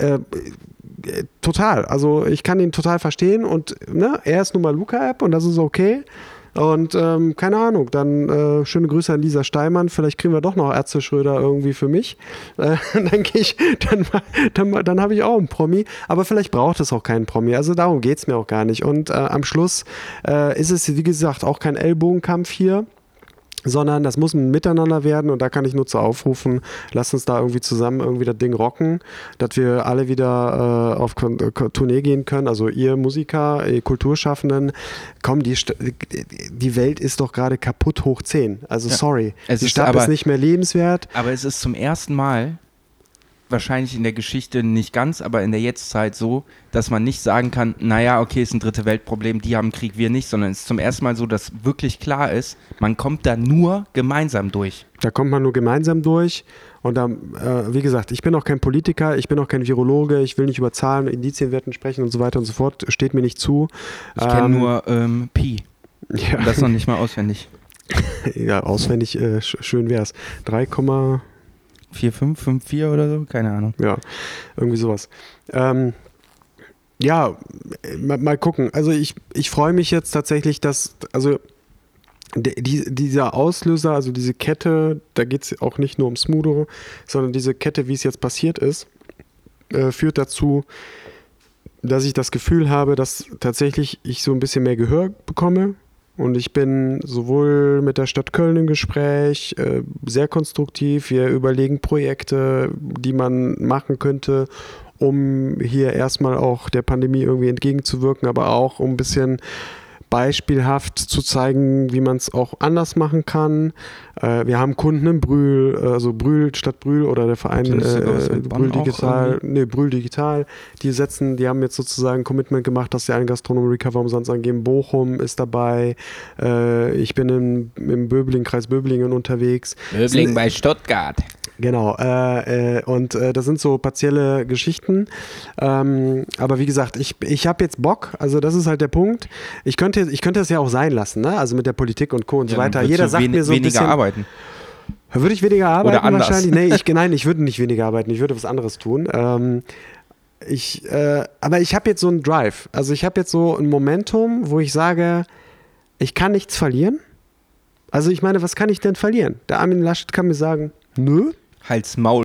Total, also ich kann ihn total verstehen und ne, er ist nun mal Luca-App und das ist okay. Und keine Ahnung, dann schöne Grüße an Lisa Steinmann, vielleicht kriegen wir doch noch Ärzte Schröder irgendwie für mich. Dann habe ich auch einen Promi, aber vielleicht braucht es auch keinen Promi, also darum geht es mir auch gar nicht. Und am Schluss ist es, wie gesagt, auch kein Ellbogenkampf hier, sondern das muss ein Miteinander werden und da kann ich nur zu aufrufen, lasst uns da irgendwie zusammen irgendwie das Ding rocken, dass wir alle wieder auf Tournee gehen können, also ihr Musiker, ihr Kulturschaffenden, komm, die Welt ist doch gerade kaputt hoch 10, also sorry, die Stadt ist nicht mehr lebenswert. Aber es ist zum ersten Mal, wahrscheinlich in der Geschichte nicht ganz, aber in der Jetztzeit so, dass man nicht sagen kann, naja, okay, ist ein dritte Weltproblem, die haben Krieg, wir nicht, sondern es ist zum ersten Mal so, dass wirklich klar ist, man kommt da nur gemeinsam durch. Da kommt man nur gemeinsam durch und da, wie gesagt, ich bin auch kein Politiker, ich bin auch kein Virologe, ich will nicht über Zahlen, Indizienwerten sprechen und so weiter und so fort, steht mir nicht zu. Ich kenne nur Pi und das noch nicht mal auswendig. Ja, auswendig, schön wär's. 4,554 oder so, keine Ahnung. Ja, irgendwie sowas. Ja, mal gucken. Also ich freue mich jetzt tatsächlich, dass, also dieser Auslöser, also diese Kette, da geht es auch nicht nur um Smudo, sondern diese Kette, wie es jetzt passiert ist, führt dazu, dass ich das Gefühl habe, dass tatsächlich ich so ein bisschen mehr Gehör bekomme. Und ich bin sowohl mit der Stadt Köln im Gespräch, sehr konstruktiv. Wir überlegen Projekte, die man machen könnte, um hier erstmal auch der Pandemie irgendwie entgegenzuwirken, aber auch um ein bisschen beispielhaft zu zeigen, wie man es auch anders machen kann. Wir haben Kunden in Brühl, also Brühl, Stadt Brühl oder der Verein Brühl Digital, Brühl Digital, die haben jetzt sozusagen ein Commitment gemacht, dass sie einen Gastronom Recover umsonst angeben. Bochum ist dabei. Ich bin im Kreis Böblingen unterwegs. Böblingen bei Stuttgart. Genau. Und das sind so partielle Geschichten. Aber wie gesagt, ich habe jetzt Bock. Also das ist halt der Punkt. Ich könnte das ja auch sein lassen, ne? Also mit der Politik und Co. und so weiter. Jeder sagt mir so ein bisschen... Weniger arbeiten. Würde ich weniger arbeiten oder anders. wahrscheinlich? Nein, ich würde nicht weniger arbeiten. Ich würde was anderes tun. Aber ich habe jetzt so einen Drive. Also ich habe jetzt so ein Momentum, wo ich sage, ich kann nichts verlieren. Also ich meine, was kann ich denn verlieren? Der Armin Laschet kann mir sagen, nö. Halt's Maul.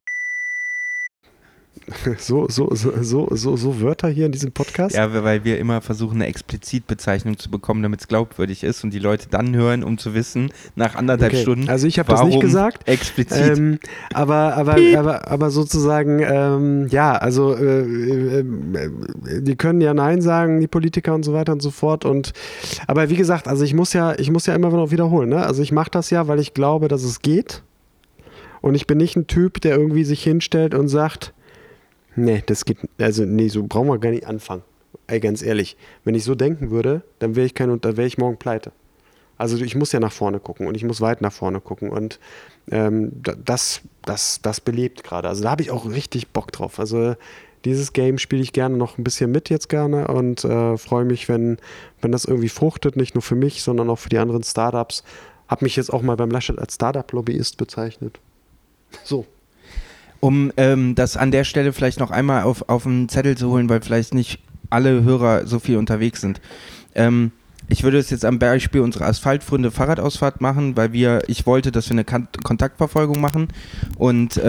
So Wörter hier in diesem Podcast? Ja, weil wir immer versuchen, eine Explizitbezeichnung zu bekommen, damit es glaubwürdig ist und die Leute dann hören, um zu wissen, nach 1,5 Stunden, also ich habe das nicht gesagt. Explizit. Aber sozusagen, also die können ja Nein sagen, die Politiker und so weiter und so fort. Aber wie gesagt, also ich muss ja immer noch wiederholen. Ne? Also ich mache das ja, weil ich glaube, dass es geht. Und ich bin nicht ein Typ, der irgendwie sich hinstellt und sagt, nee, das geht, so brauchen wir gar nicht anfangen. Ey, ganz ehrlich, wenn ich so denken würde, dann wäre ich morgen pleite. Also ich muss ja nach vorne gucken und ich muss weit nach vorne gucken und das belebt gerade. Also da habe ich auch richtig Bock drauf. Also dieses Game spiele ich gerne noch ein bisschen mit jetzt gerne und freue mich, wenn das irgendwie fruchtet, nicht nur für mich, sondern auch für die anderen Startups. Habe mich jetzt auch mal beim Laschet als Startup-Lobbyist bezeichnet. So. Um das an der Stelle vielleicht noch einmal auf den Zettel zu holen, weil vielleicht nicht alle Hörer so viel unterwegs sind. Ich würde es jetzt am Beispiel unserer Asphaltfreunde Fahrradausfahrt machen, weil ich wollte, dass wir eine Kontaktverfolgung machen und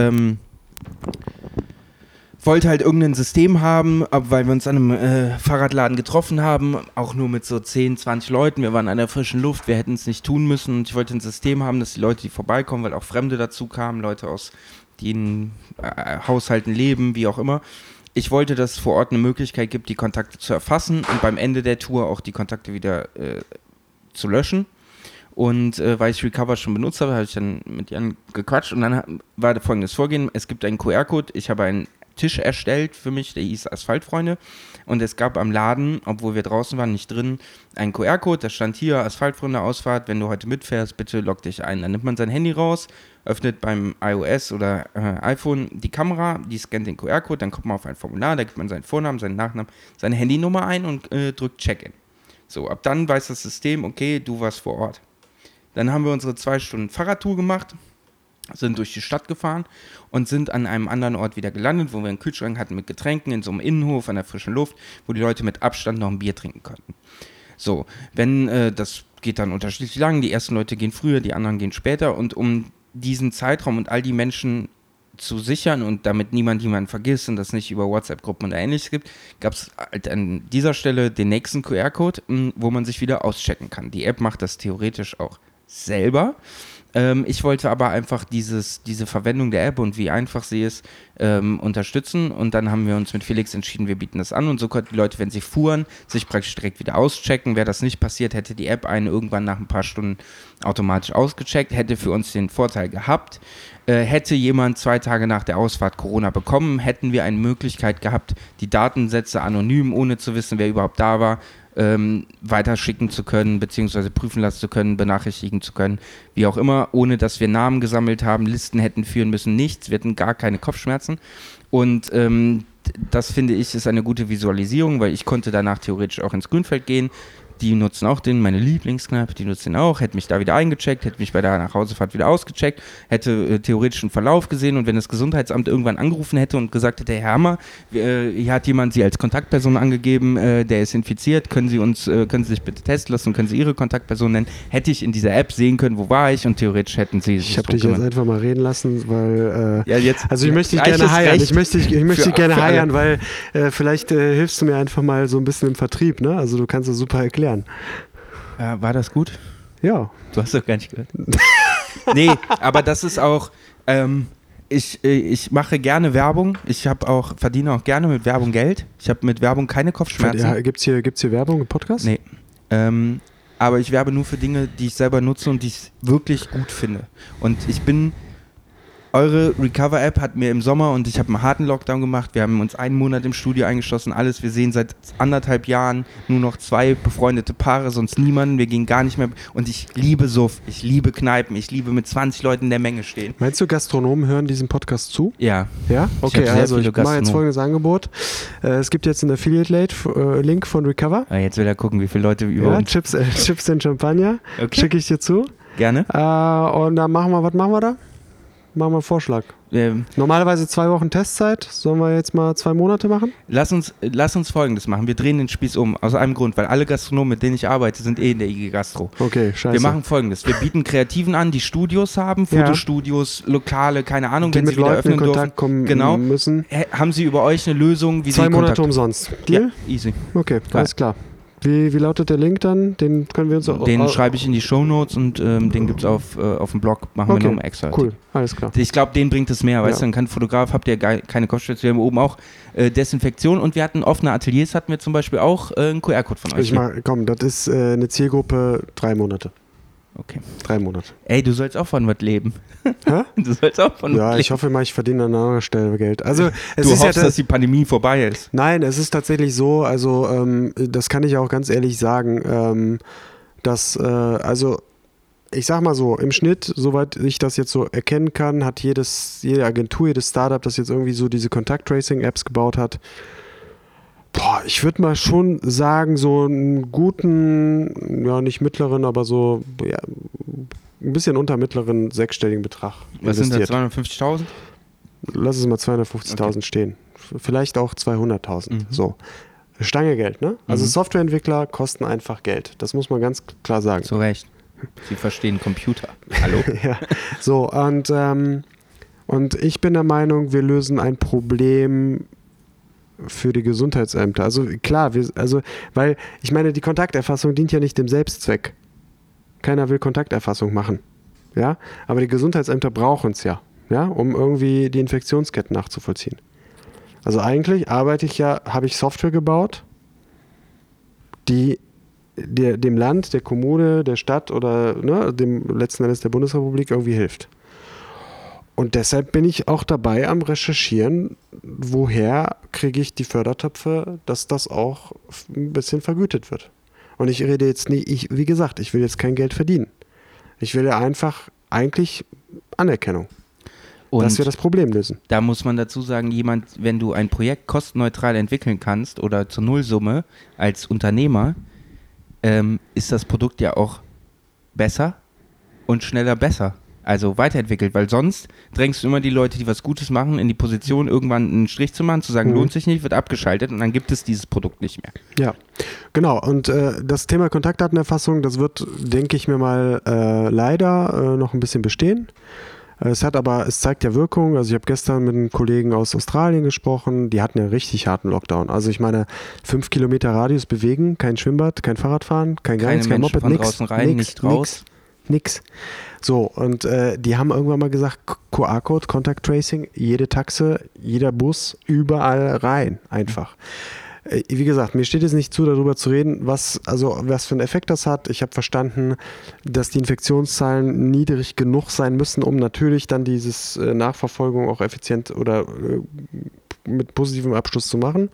wollte halt irgendein System haben, weil wir uns an einem Fahrradladen getroffen haben, auch nur mit so 10, 20 Leuten, wir waren an der frischen Luft, wir hätten es nicht tun müssen und ich wollte ein System haben, dass die Leute, die vorbeikommen, weil auch Fremde dazu kamen, Leute die in Haushalten leben, wie auch immer. Ich wollte, dass es vor Ort eine Möglichkeit gibt, die Kontakte zu erfassen und beim Ende der Tour auch die Kontakte wieder zu löschen. Und weil ich Recover schon benutzt habe ich dann mit Jan gequatscht und dann war folgendes Vorgehen. Es gibt einen QR-Code, ich habe einen Tisch erstellt für mich, der hieß Asphaltfreunde und es gab am Laden, obwohl wir draußen waren, nicht drin, einen QR-Code, da stand hier Asphaltfreunde Ausfahrt, wenn du heute mitfährst, bitte log dich ein. Dann nimmt man sein Handy raus, öffnet beim iOS oder iPhone die Kamera, die scannt den QR-Code, dann kommt man auf ein Formular, da gibt man seinen Vornamen, seinen Nachnamen, seine Handynummer ein und drückt Check-in. So, ab dann weiß das System, okay, du warst vor Ort. Dann haben wir unsere 2 Stunden Fahrradtour gemacht, sind durch die Stadt gefahren und sind an einem anderen Ort wieder gelandet, wo wir einen Kühlschrank hatten mit Getränken in so einem Innenhof an der frischen Luft, wo die Leute mit Abstand noch ein Bier trinken konnten. So, das geht dann unterschiedlich lang, die ersten Leute gehen früher, die anderen gehen später und um diesen Zeitraum und all die Menschen zu sichern und damit niemand jemanden vergisst und das nicht über WhatsApp-Gruppen oder ähnliches gibt, gab es halt an dieser Stelle den nächsten QR-Code, wo man sich wieder auschecken kann. Die App macht das theoretisch auch selber. Ich wollte aber einfach diese Verwendung der App und wie einfach sie ist, unterstützen und dann haben wir uns mit Felix entschieden, wir bieten das an und so konnten die Leute, wenn sie fuhren, sich praktisch direkt wieder auschecken. Wäre das nicht passiert, hätte die App einen irgendwann nach ein paar Stunden automatisch ausgecheckt, hätte für uns den Vorteil gehabt. Hätte jemand 2 Tage nach der Ausfahrt Corona bekommen, hätten wir eine Möglichkeit gehabt, die Datensätze anonym, ohne zu wissen, wer überhaupt da war, weiterschicken zu können, beziehungsweise prüfen lassen zu können, benachrichtigen zu können, wie auch immer, ohne dass wir Namen gesammelt haben, Listen hätten führen müssen, nichts, wir hatten gar keine Kopfschmerzen und das finde ich ist eine gute Visualisierung, weil ich konnte danach theoretisch auch ins Grünfeld gehen, die nutzen auch meine Lieblingskneipe, die nutzen den auch, hätte mich da wieder eingecheckt, hätte mich bei der Nachhausefahrt wieder ausgecheckt, hätte theoretisch einen Verlauf gesehen und wenn das Gesundheitsamt irgendwann angerufen hätte und gesagt hätte, Herr Hammer, hier hat jemand Sie als Kontaktperson angegeben, der ist infiziert, können Sie sich bitte testen lassen, können Sie Ihre Kontaktperson nennen, hätte ich in dieser App sehen können, wo war ich und theoretisch hätten Sie Ich habe dich jetzt einfach mal reden lassen, weil also ich möchte dich gerne heiern, ich möchte dich gerne heiern, weil vielleicht hilfst du mir einfach mal so ein bisschen im Vertrieb, ne? Also du kannst es super erklären. War das gut? Ja. Du hast doch gar nicht gehört. Nee, aber das ist auch, ich mache gerne Werbung. Verdiene auch gerne mit Werbung Geld. Ich habe mit Werbung keine Kopfschmerzen. Ja, gibt's hier Werbung im Podcast? Nee. Aber ich werbe nur für Dinge, die ich selber nutze und die ich wirklich gut finde. Und ich bin Eure Recover-App hat mir im Sommer, und ich habe einen harten Lockdown gemacht, wir haben uns einen Monat im Studio eingeschlossen, alles, wir sehen seit 1,5 Jahren nur noch 2 befreundete Paare, sonst niemanden, wir gehen gar nicht mehr, und ich liebe Suff, ich liebe Kneipen, ich liebe mit 20 Leuten in der Menge stehen. Meinst du, Gastronomen hören diesen Podcast zu? Ja. Ja? Okay, also ich mache jetzt folgendes Angebot. Es gibt jetzt einen Affiliate-Link von Recover. Jetzt will er gucken, wie viele Leute über uns... Chips and Champagner, okay. Schicke ich dir zu. Gerne. Und dann was machen wir da? Machen wir einen Vorschlag. Normalerweise 2 Wochen Testzeit. Sollen wir jetzt mal 2 Monate machen? Lass uns Folgendes machen. Wir drehen den Spieß um. Aus einem Grund, weil alle Gastronomen, mit denen ich arbeite, sind in der IG Gastro. Okay, scheiße. Wir machen Folgendes. Wir bieten Kreativen an, die Studios haben, Fotostudios, Lokale, keine Ahnung, die wenn mit sie wieder Leuten öffnen in Kontakt dürfen. kommen müssen. Haben Sie über euch eine Lösung, wie 2 Sie Monate umsonst. Deal? Ja, easy. Okay, alles klar. Wie lautet der Link dann? Den können wir uns auch... Den schreibe ich in die Shownotes und den gibt es auf dem Blog. Machen wir noch extra. Cool, alles klar. Ich glaube, den bringt es mehr. Weißt du, dann kann Fotograf, habt ihr keine Kostenstelle. Wir haben oben auch Desinfektion und wir hatten offene Ateliers, hatten wir zum Beispiel auch einen QR-Code von euch. Das ist eine Zielgruppe 3 Monate. Okay. 3 Monate. Ey, du sollst auch von was leben. Hä? Du sollst auch von was leben. Ja, ich hoffe mal, ich verdiene an anderer Stelle Geld. Also, du hoffst, dass die Pandemie vorbei ist. Nein, es ist tatsächlich so, also das kann ich auch ganz ehrlich sagen, dass, ich sag mal so, im Schnitt, soweit ich das jetzt so erkennen kann, hat jede Agentur, jedes Startup, das jetzt irgendwie so diese Contact-Tracing-Apps gebaut hat, ich würde mal schon sagen, so einen guten, ja nicht mittleren, aber so ein bisschen unter mittleren 6-stelligen Betrag Was investiert. sind da, 250.000? Lass es mal 250.000 stehen. Vielleicht auch 200.000. So. Stange Geld, ne? Also Softwareentwickler kosten einfach Geld. Das muss man ganz klar sagen. Zu Recht. Sie verstehen Computer. Hallo? Ja. So, und ich bin der Meinung, wir lösen ein Problem für die Gesundheitsämter. Also klar, weil ich meine, die Kontakterfassung dient ja nicht dem Selbstzweck. Keiner will Kontakterfassung machen. Ja? Aber die Gesundheitsämter brauchen es ja, um irgendwie die Infektionsketten nachzuvollziehen. Also eigentlich habe ich Software gebaut, die dem Land, der Kommune, der Stadt oder dem letzten Endes der Bundesrepublik irgendwie hilft. Und deshalb bin ich auch dabei am Recherchieren, woher kriege ich die Fördertöpfe, dass das auch ein bisschen vergütet wird. Und ich rede jetzt nicht, wie gesagt, ich will jetzt kein Geld verdienen. Ich will einfach eigentlich Anerkennung. Und dass wir das Problem lösen. Da muss man dazu sagen, wenn du ein Projekt kostenneutral entwickeln kannst oder zur Nullsumme als Unternehmer, ist das Produkt ja auch besser und schneller besser. Also weiterentwickelt, weil sonst drängst du immer die Leute, die was Gutes machen, in die Position, irgendwann einen Strich zu machen, zu sagen, lohnt sich nicht, wird abgeschaltet und dann gibt es dieses Produkt nicht mehr. Ja, genau. Und das Thema Kontaktdatenerfassung, das wird, denke ich mir mal, leider noch ein bisschen bestehen. Es zeigt ja Wirkung. Also ich habe gestern mit einem Kollegen aus Australien gesprochen, die hatten einen richtig harten Lockdown. Also ich meine, 5 Kilometer Radius bewegen, kein Schwimmbad, kein Fahrradfahren, kein Moped, von draußen rein, nicht raus. Nix. So, und die haben irgendwann mal gesagt, QR-Code, Contact Tracing, jede Taxe, jeder Bus, überall rein, einfach. Wie gesagt, mir steht es nicht zu, darüber zu reden, was für einen Effekt das hat. Ich habe verstanden, dass die Infektionszahlen niedrig genug sein müssen, um natürlich dann diese Nachverfolgung auch effizient oder mit positivem Abschluss zu machen.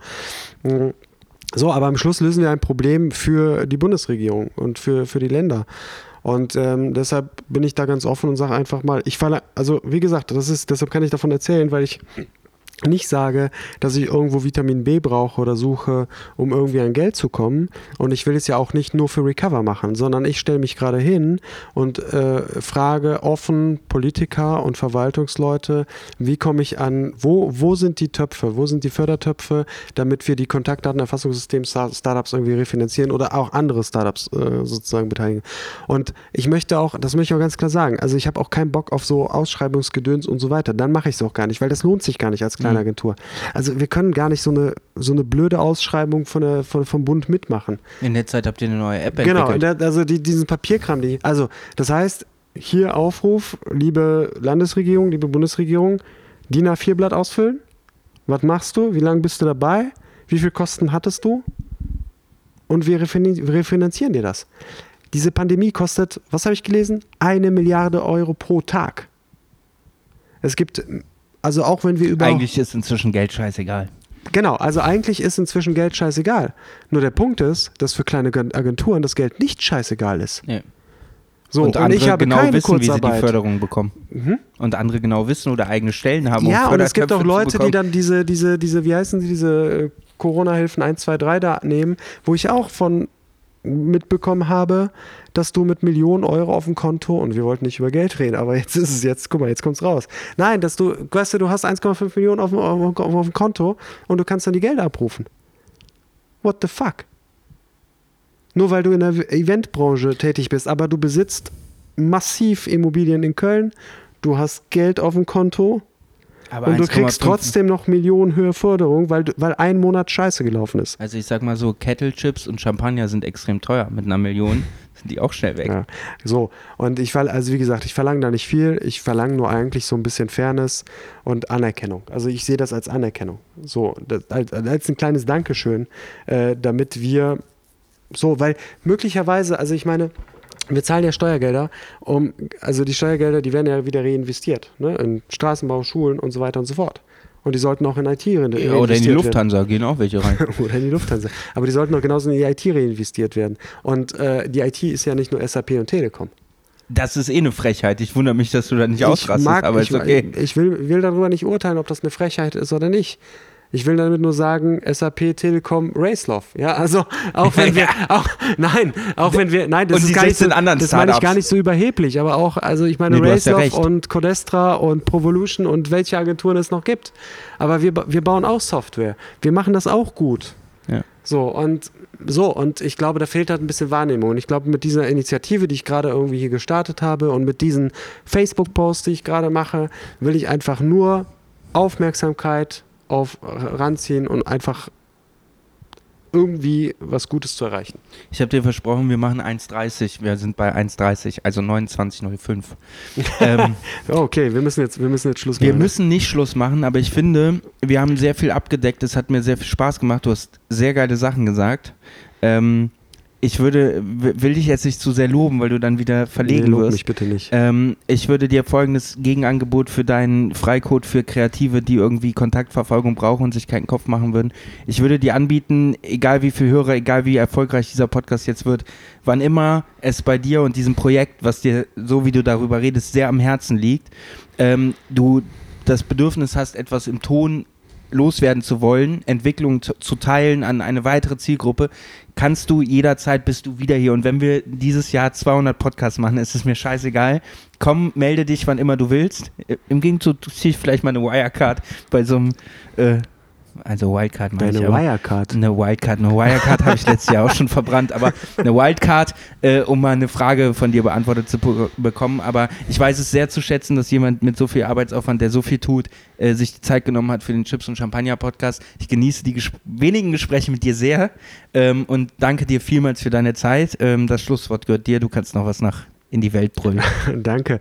So, aber am Schluss lösen wir ein Problem für die Bundesregierung und für die Länder. Und deshalb bin ich da ganz offen und sage einfach mal, wie gesagt, deshalb kann ich davon erzählen, weil ich nicht sage, dass ich irgendwo Vitamin B brauche oder suche, um irgendwie an Geld zu kommen. Und ich will es ja auch nicht nur für Recover machen, sondern ich stelle mich gerade hin und frage offen Politiker und Verwaltungsleute, wie komme ich an, wo sind die Töpfe, wo sind die Fördertöpfe, damit wir die Kontaktdatenerfassungssystem-Startups irgendwie refinanzieren oder auch andere Startups sozusagen beteiligen. Und das möchte ich auch ganz klar sagen, also ich habe auch keinen Bock auf so Ausschreibungsgedöns und so weiter. Dann mache ich es auch gar nicht, weil das lohnt sich gar nicht als kleine Agentur. Also wir können gar nicht so eine blöde Ausschreibung vom Bund mitmachen. In der Zeit habt ihr eine neue App entwickelt. Genau, also diesen Papierkram, also das heißt, hier Aufruf, liebe Landesregierung, liebe Bundesregierung, DIN A4-Blatt ausfüllen. Was machst du? Wie lange bist du dabei? Wie viel Kosten hattest du? Und wir refinanzieren dir das. Diese Pandemie kostet, was habe ich gelesen? 1 Milliarde Euro pro Tag. Es gibt, also auch wenn wir über... Eigentlich ist inzwischen Geld scheißegal. Genau, also eigentlich ist inzwischen Geld scheißegal. Nur der Punkt ist, dass für kleine Agenturen das Geld nicht scheißegal ist. Nee. So, und andere ich habe genau keine wissen, Kurzarbeit. wie sie die Förderung bekommen. Und andere genau wissen oder eigene Stellen haben. Ja, um und es gibt auch Leute, die dann dann diese, wie heißen sie, diese Corona-Hilfen 1, 2, 3 da nehmen, wo ich auch von mitbekommen habe, dass du mit Millionen Euro auf dem Konto, und wir wollten nicht über Geld reden, aber guck mal, jetzt kommt's raus. Nein, du hast 1,5 Millionen auf dem Konto und du kannst dann die Gelder abrufen. What the fuck? Nur weil du in der Eventbranche tätig bist, aber du besitzt massiv Immobilien in Köln, du hast Geld auf dem Konto, aber und du kriegst trotzdem noch Millionenhöhe Förderung, weil ein Monat Scheiße gelaufen ist. Also ich sag mal so, Kettle-Chips und Champagner sind extrem teuer. Mit einer Million sind die auch schnell weg. Ja, so, und wie gesagt, ich verlange da nicht viel. Ich verlange nur eigentlich so ein bisschen Fairness und Anerkennung. Also ich sehe das als Anerkennung. So, als ein kleines Dankeschön, damit wir weil möglicherweise, also ich meine, wir zahlen ja Steuergelder, also die Steuergelder, die werden ja wieder reinvestiert, ne? In Straßenbau, Schulen und so weiter und so fort. Und die sollten auch in IT reinvestiert werden. Oder in die Lufthansa gehen auch welche rein. Oder in die Lufthansa. Aber die sollten auch genauso in die IT reinvestiert werden. Und die IT ist ja nicht nur SAP und Telekom. Das ist eine Frechheit. Ich wundere mich, dass du da nicht ausrastest, aber ist okay. Ich will darüber nicht urteilen, ob das eine Frechheit ist oder nicht. Ich will damit nur sagen, SAP, Telekom, Raceloff. Ja, also auch wenn wir, das ist gar nicht so, das meine ich gar nicht so überheblich, aber auch, also ich meine, Raceloff und Codestra und Provolution und welche Agenturen es noch gibt. Aber wir bauen auch Software. Wir machen das auch gut. Ja. Und ich glaube, da fehlt halt ein bisschen Wahrnehmung. Und ich glaube, mit dieser Initiative, die ich gerade irgendwie hier gestartet habe und mit diesen Facebook-Posts, die ich gerade mache, will ich einfach nur Aufmerksamkeit ranziehen und einfach irgendwie was Gutes zu erreichen. Ich habe dir versprochen, wir machen 1,30. Wir sind bei 1,30, also 29,05. Okay, wir müssen jetzt Schluss machen. Wir müssen nicht Schluss machen, aber ich finde, wir haben sehr viel abgedeckt. Es hat mir sehr viel Spaß gemacht. Du hast sehr geile Sachen gesagt. Ich will dich jetzt nicht zu sehr loben, weil du dann wieder verlegen wirst. Lob mich bitte nicht. Ich würde dir folgendes Gegenangebot für deinen Freicode für Kreative, die irgendwie Kontaktverfolgung brauchen und sich keinen Kopf machen würden. Ich würde dir anbieten, egal wie viel Hörer, egal wie erfolgreich dieser Podcast jetzt wird, wann immer es bei dir und diesem Projekt, was dir, so wie du darüber redest, sehr am Herzen liegt, du das Bedürfnis hast, etwas im Ton loswerden zu wollen, Entwicklung zu teilen an eine weitere Zielgruppe, kannst du jederzeit, bist du wieder hier. Und wenn wir dieses Jahr 200 Podcasts machen, ist es mir scheißegal. Komm, melde dich, wann immer du willst. Im Gegenzug ziehe ich vielleicht mal eine Wirecard bei so einem also Wildcard meine ich. Eine Wirecard habe ich letztes Jahr auch schon verbrannt, aber eine Wildcard, um mal eine Frage von dir beantwortet zu bekommen. Aber ich weiß es sehr zu schätzen, dass jemand mit so viel Arbeitsaufwand, der so viel tut, sich die Zeit genommen hat für den Chips und Champagner Podcast. Ich genieße die wenigen Gespräche mit dir sehr und danke dir vielmals für deine Zeit. Das Schlusswort gehört dir, du kannst noch was in die Welt brüllen. Danke.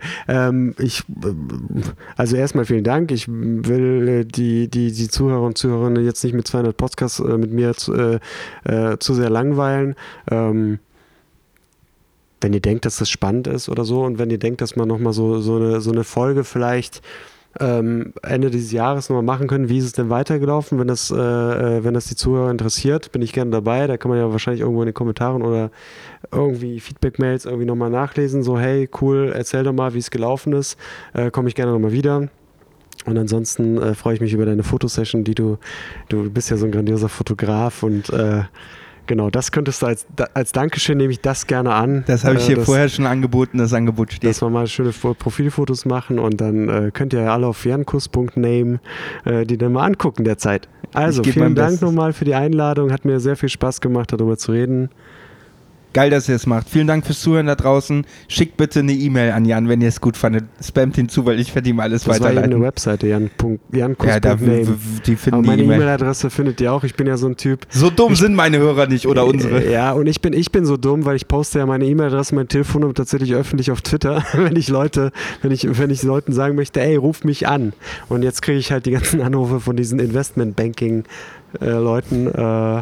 Also erstmal vielen Dank. Ich will die Zuhörer und Zuhörerinnen jetzt nicht mit 200 Podcasts mit mir zu sehr langweilen. Wenn ihr denkt, dass das spannend ist oder so und wenn ihr denkt, dass man nochmal so eine Folge vielleicht Ende dieses Jahres nochmal machen können, wie ist es denn weitergelaufen, wenn das die Zuhörer interessiert, bin ich gerne dabei, da kann man ja wahrscheinlich irgendwo in den Kommentaren oder irgendwie Feedback-Mails irgendwie nochmal nachlesen, so hey, cool, erzähl doch mal, wie es gelaufen ist, komme ich gerne nochmal wieder. Und ansonsten freue ich mich über deine Fotosession, du bist ja so ein grandioser Fotograf und genau, das könntest du als Dankeschön, nehme ich das gerne an. Das habe ich hier vorher schon angeboten, das Angebot steht. Dass wir mal schöne Profilfotos machen und dann könnt ihr ja alle auf jankus.name die dann mal angucken derzeit. Also vielen Dank nochmal für die Einladung, hat mir sehr viel Spaß gemacht, darüber zu reden. Geil, dass ihr es macht. Vielen Dank fürs Zuhören da draußen. Schickt bitte eine E-Mail an Jan, wenn ihr es gut fandet. Spamt hinzu, weil ich werde ihm alles weiterleiten. Das war eine Webseite, jan.name. Ja, die finden aber meine die E-Mail-Adresse findet ihr auch. Ich bin ja so ein Typ. So dumm sind meine Hörer nicht oder unsere. Ja, und ich bin so dumm, weil ich poste ja meine E-Mail-Adresse, mein Telefonnummer tatsächlich öffentlich auf Twitter, wenn ich Leuten sagen möchte, ey, ruf mich an. Und jetzt kriege ich halt die ganzen Anrufe von diesen Investment-Banking-Leuten,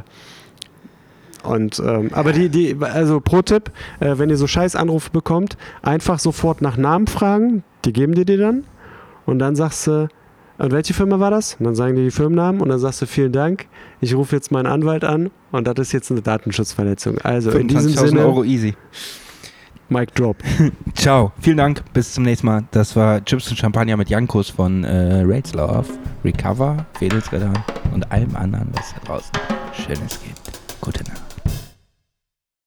aber also Pro-Tipp, wenn ihr so scheiß Anrufe bekommt, einfach sofort nach Namen fragen, die geben dir die dann und dann sagst du, und welche Firma war das? Und dann sagen die Firmennamen und dann sagst du, vielen Dank, ich rufe jetzt meinen Anwalt an und das ist jetzt eine Datenschutzverletzung. Also in diesem Sinne, Euro easy. Mic drop. Ciao, vielen Dank, bis zum nächsten Mal. Das war Chips und Champagner mit Jan Kuss von Railslauf, Recover, Wedelsreddern und allem anderen, was da draußen Schönes gibt.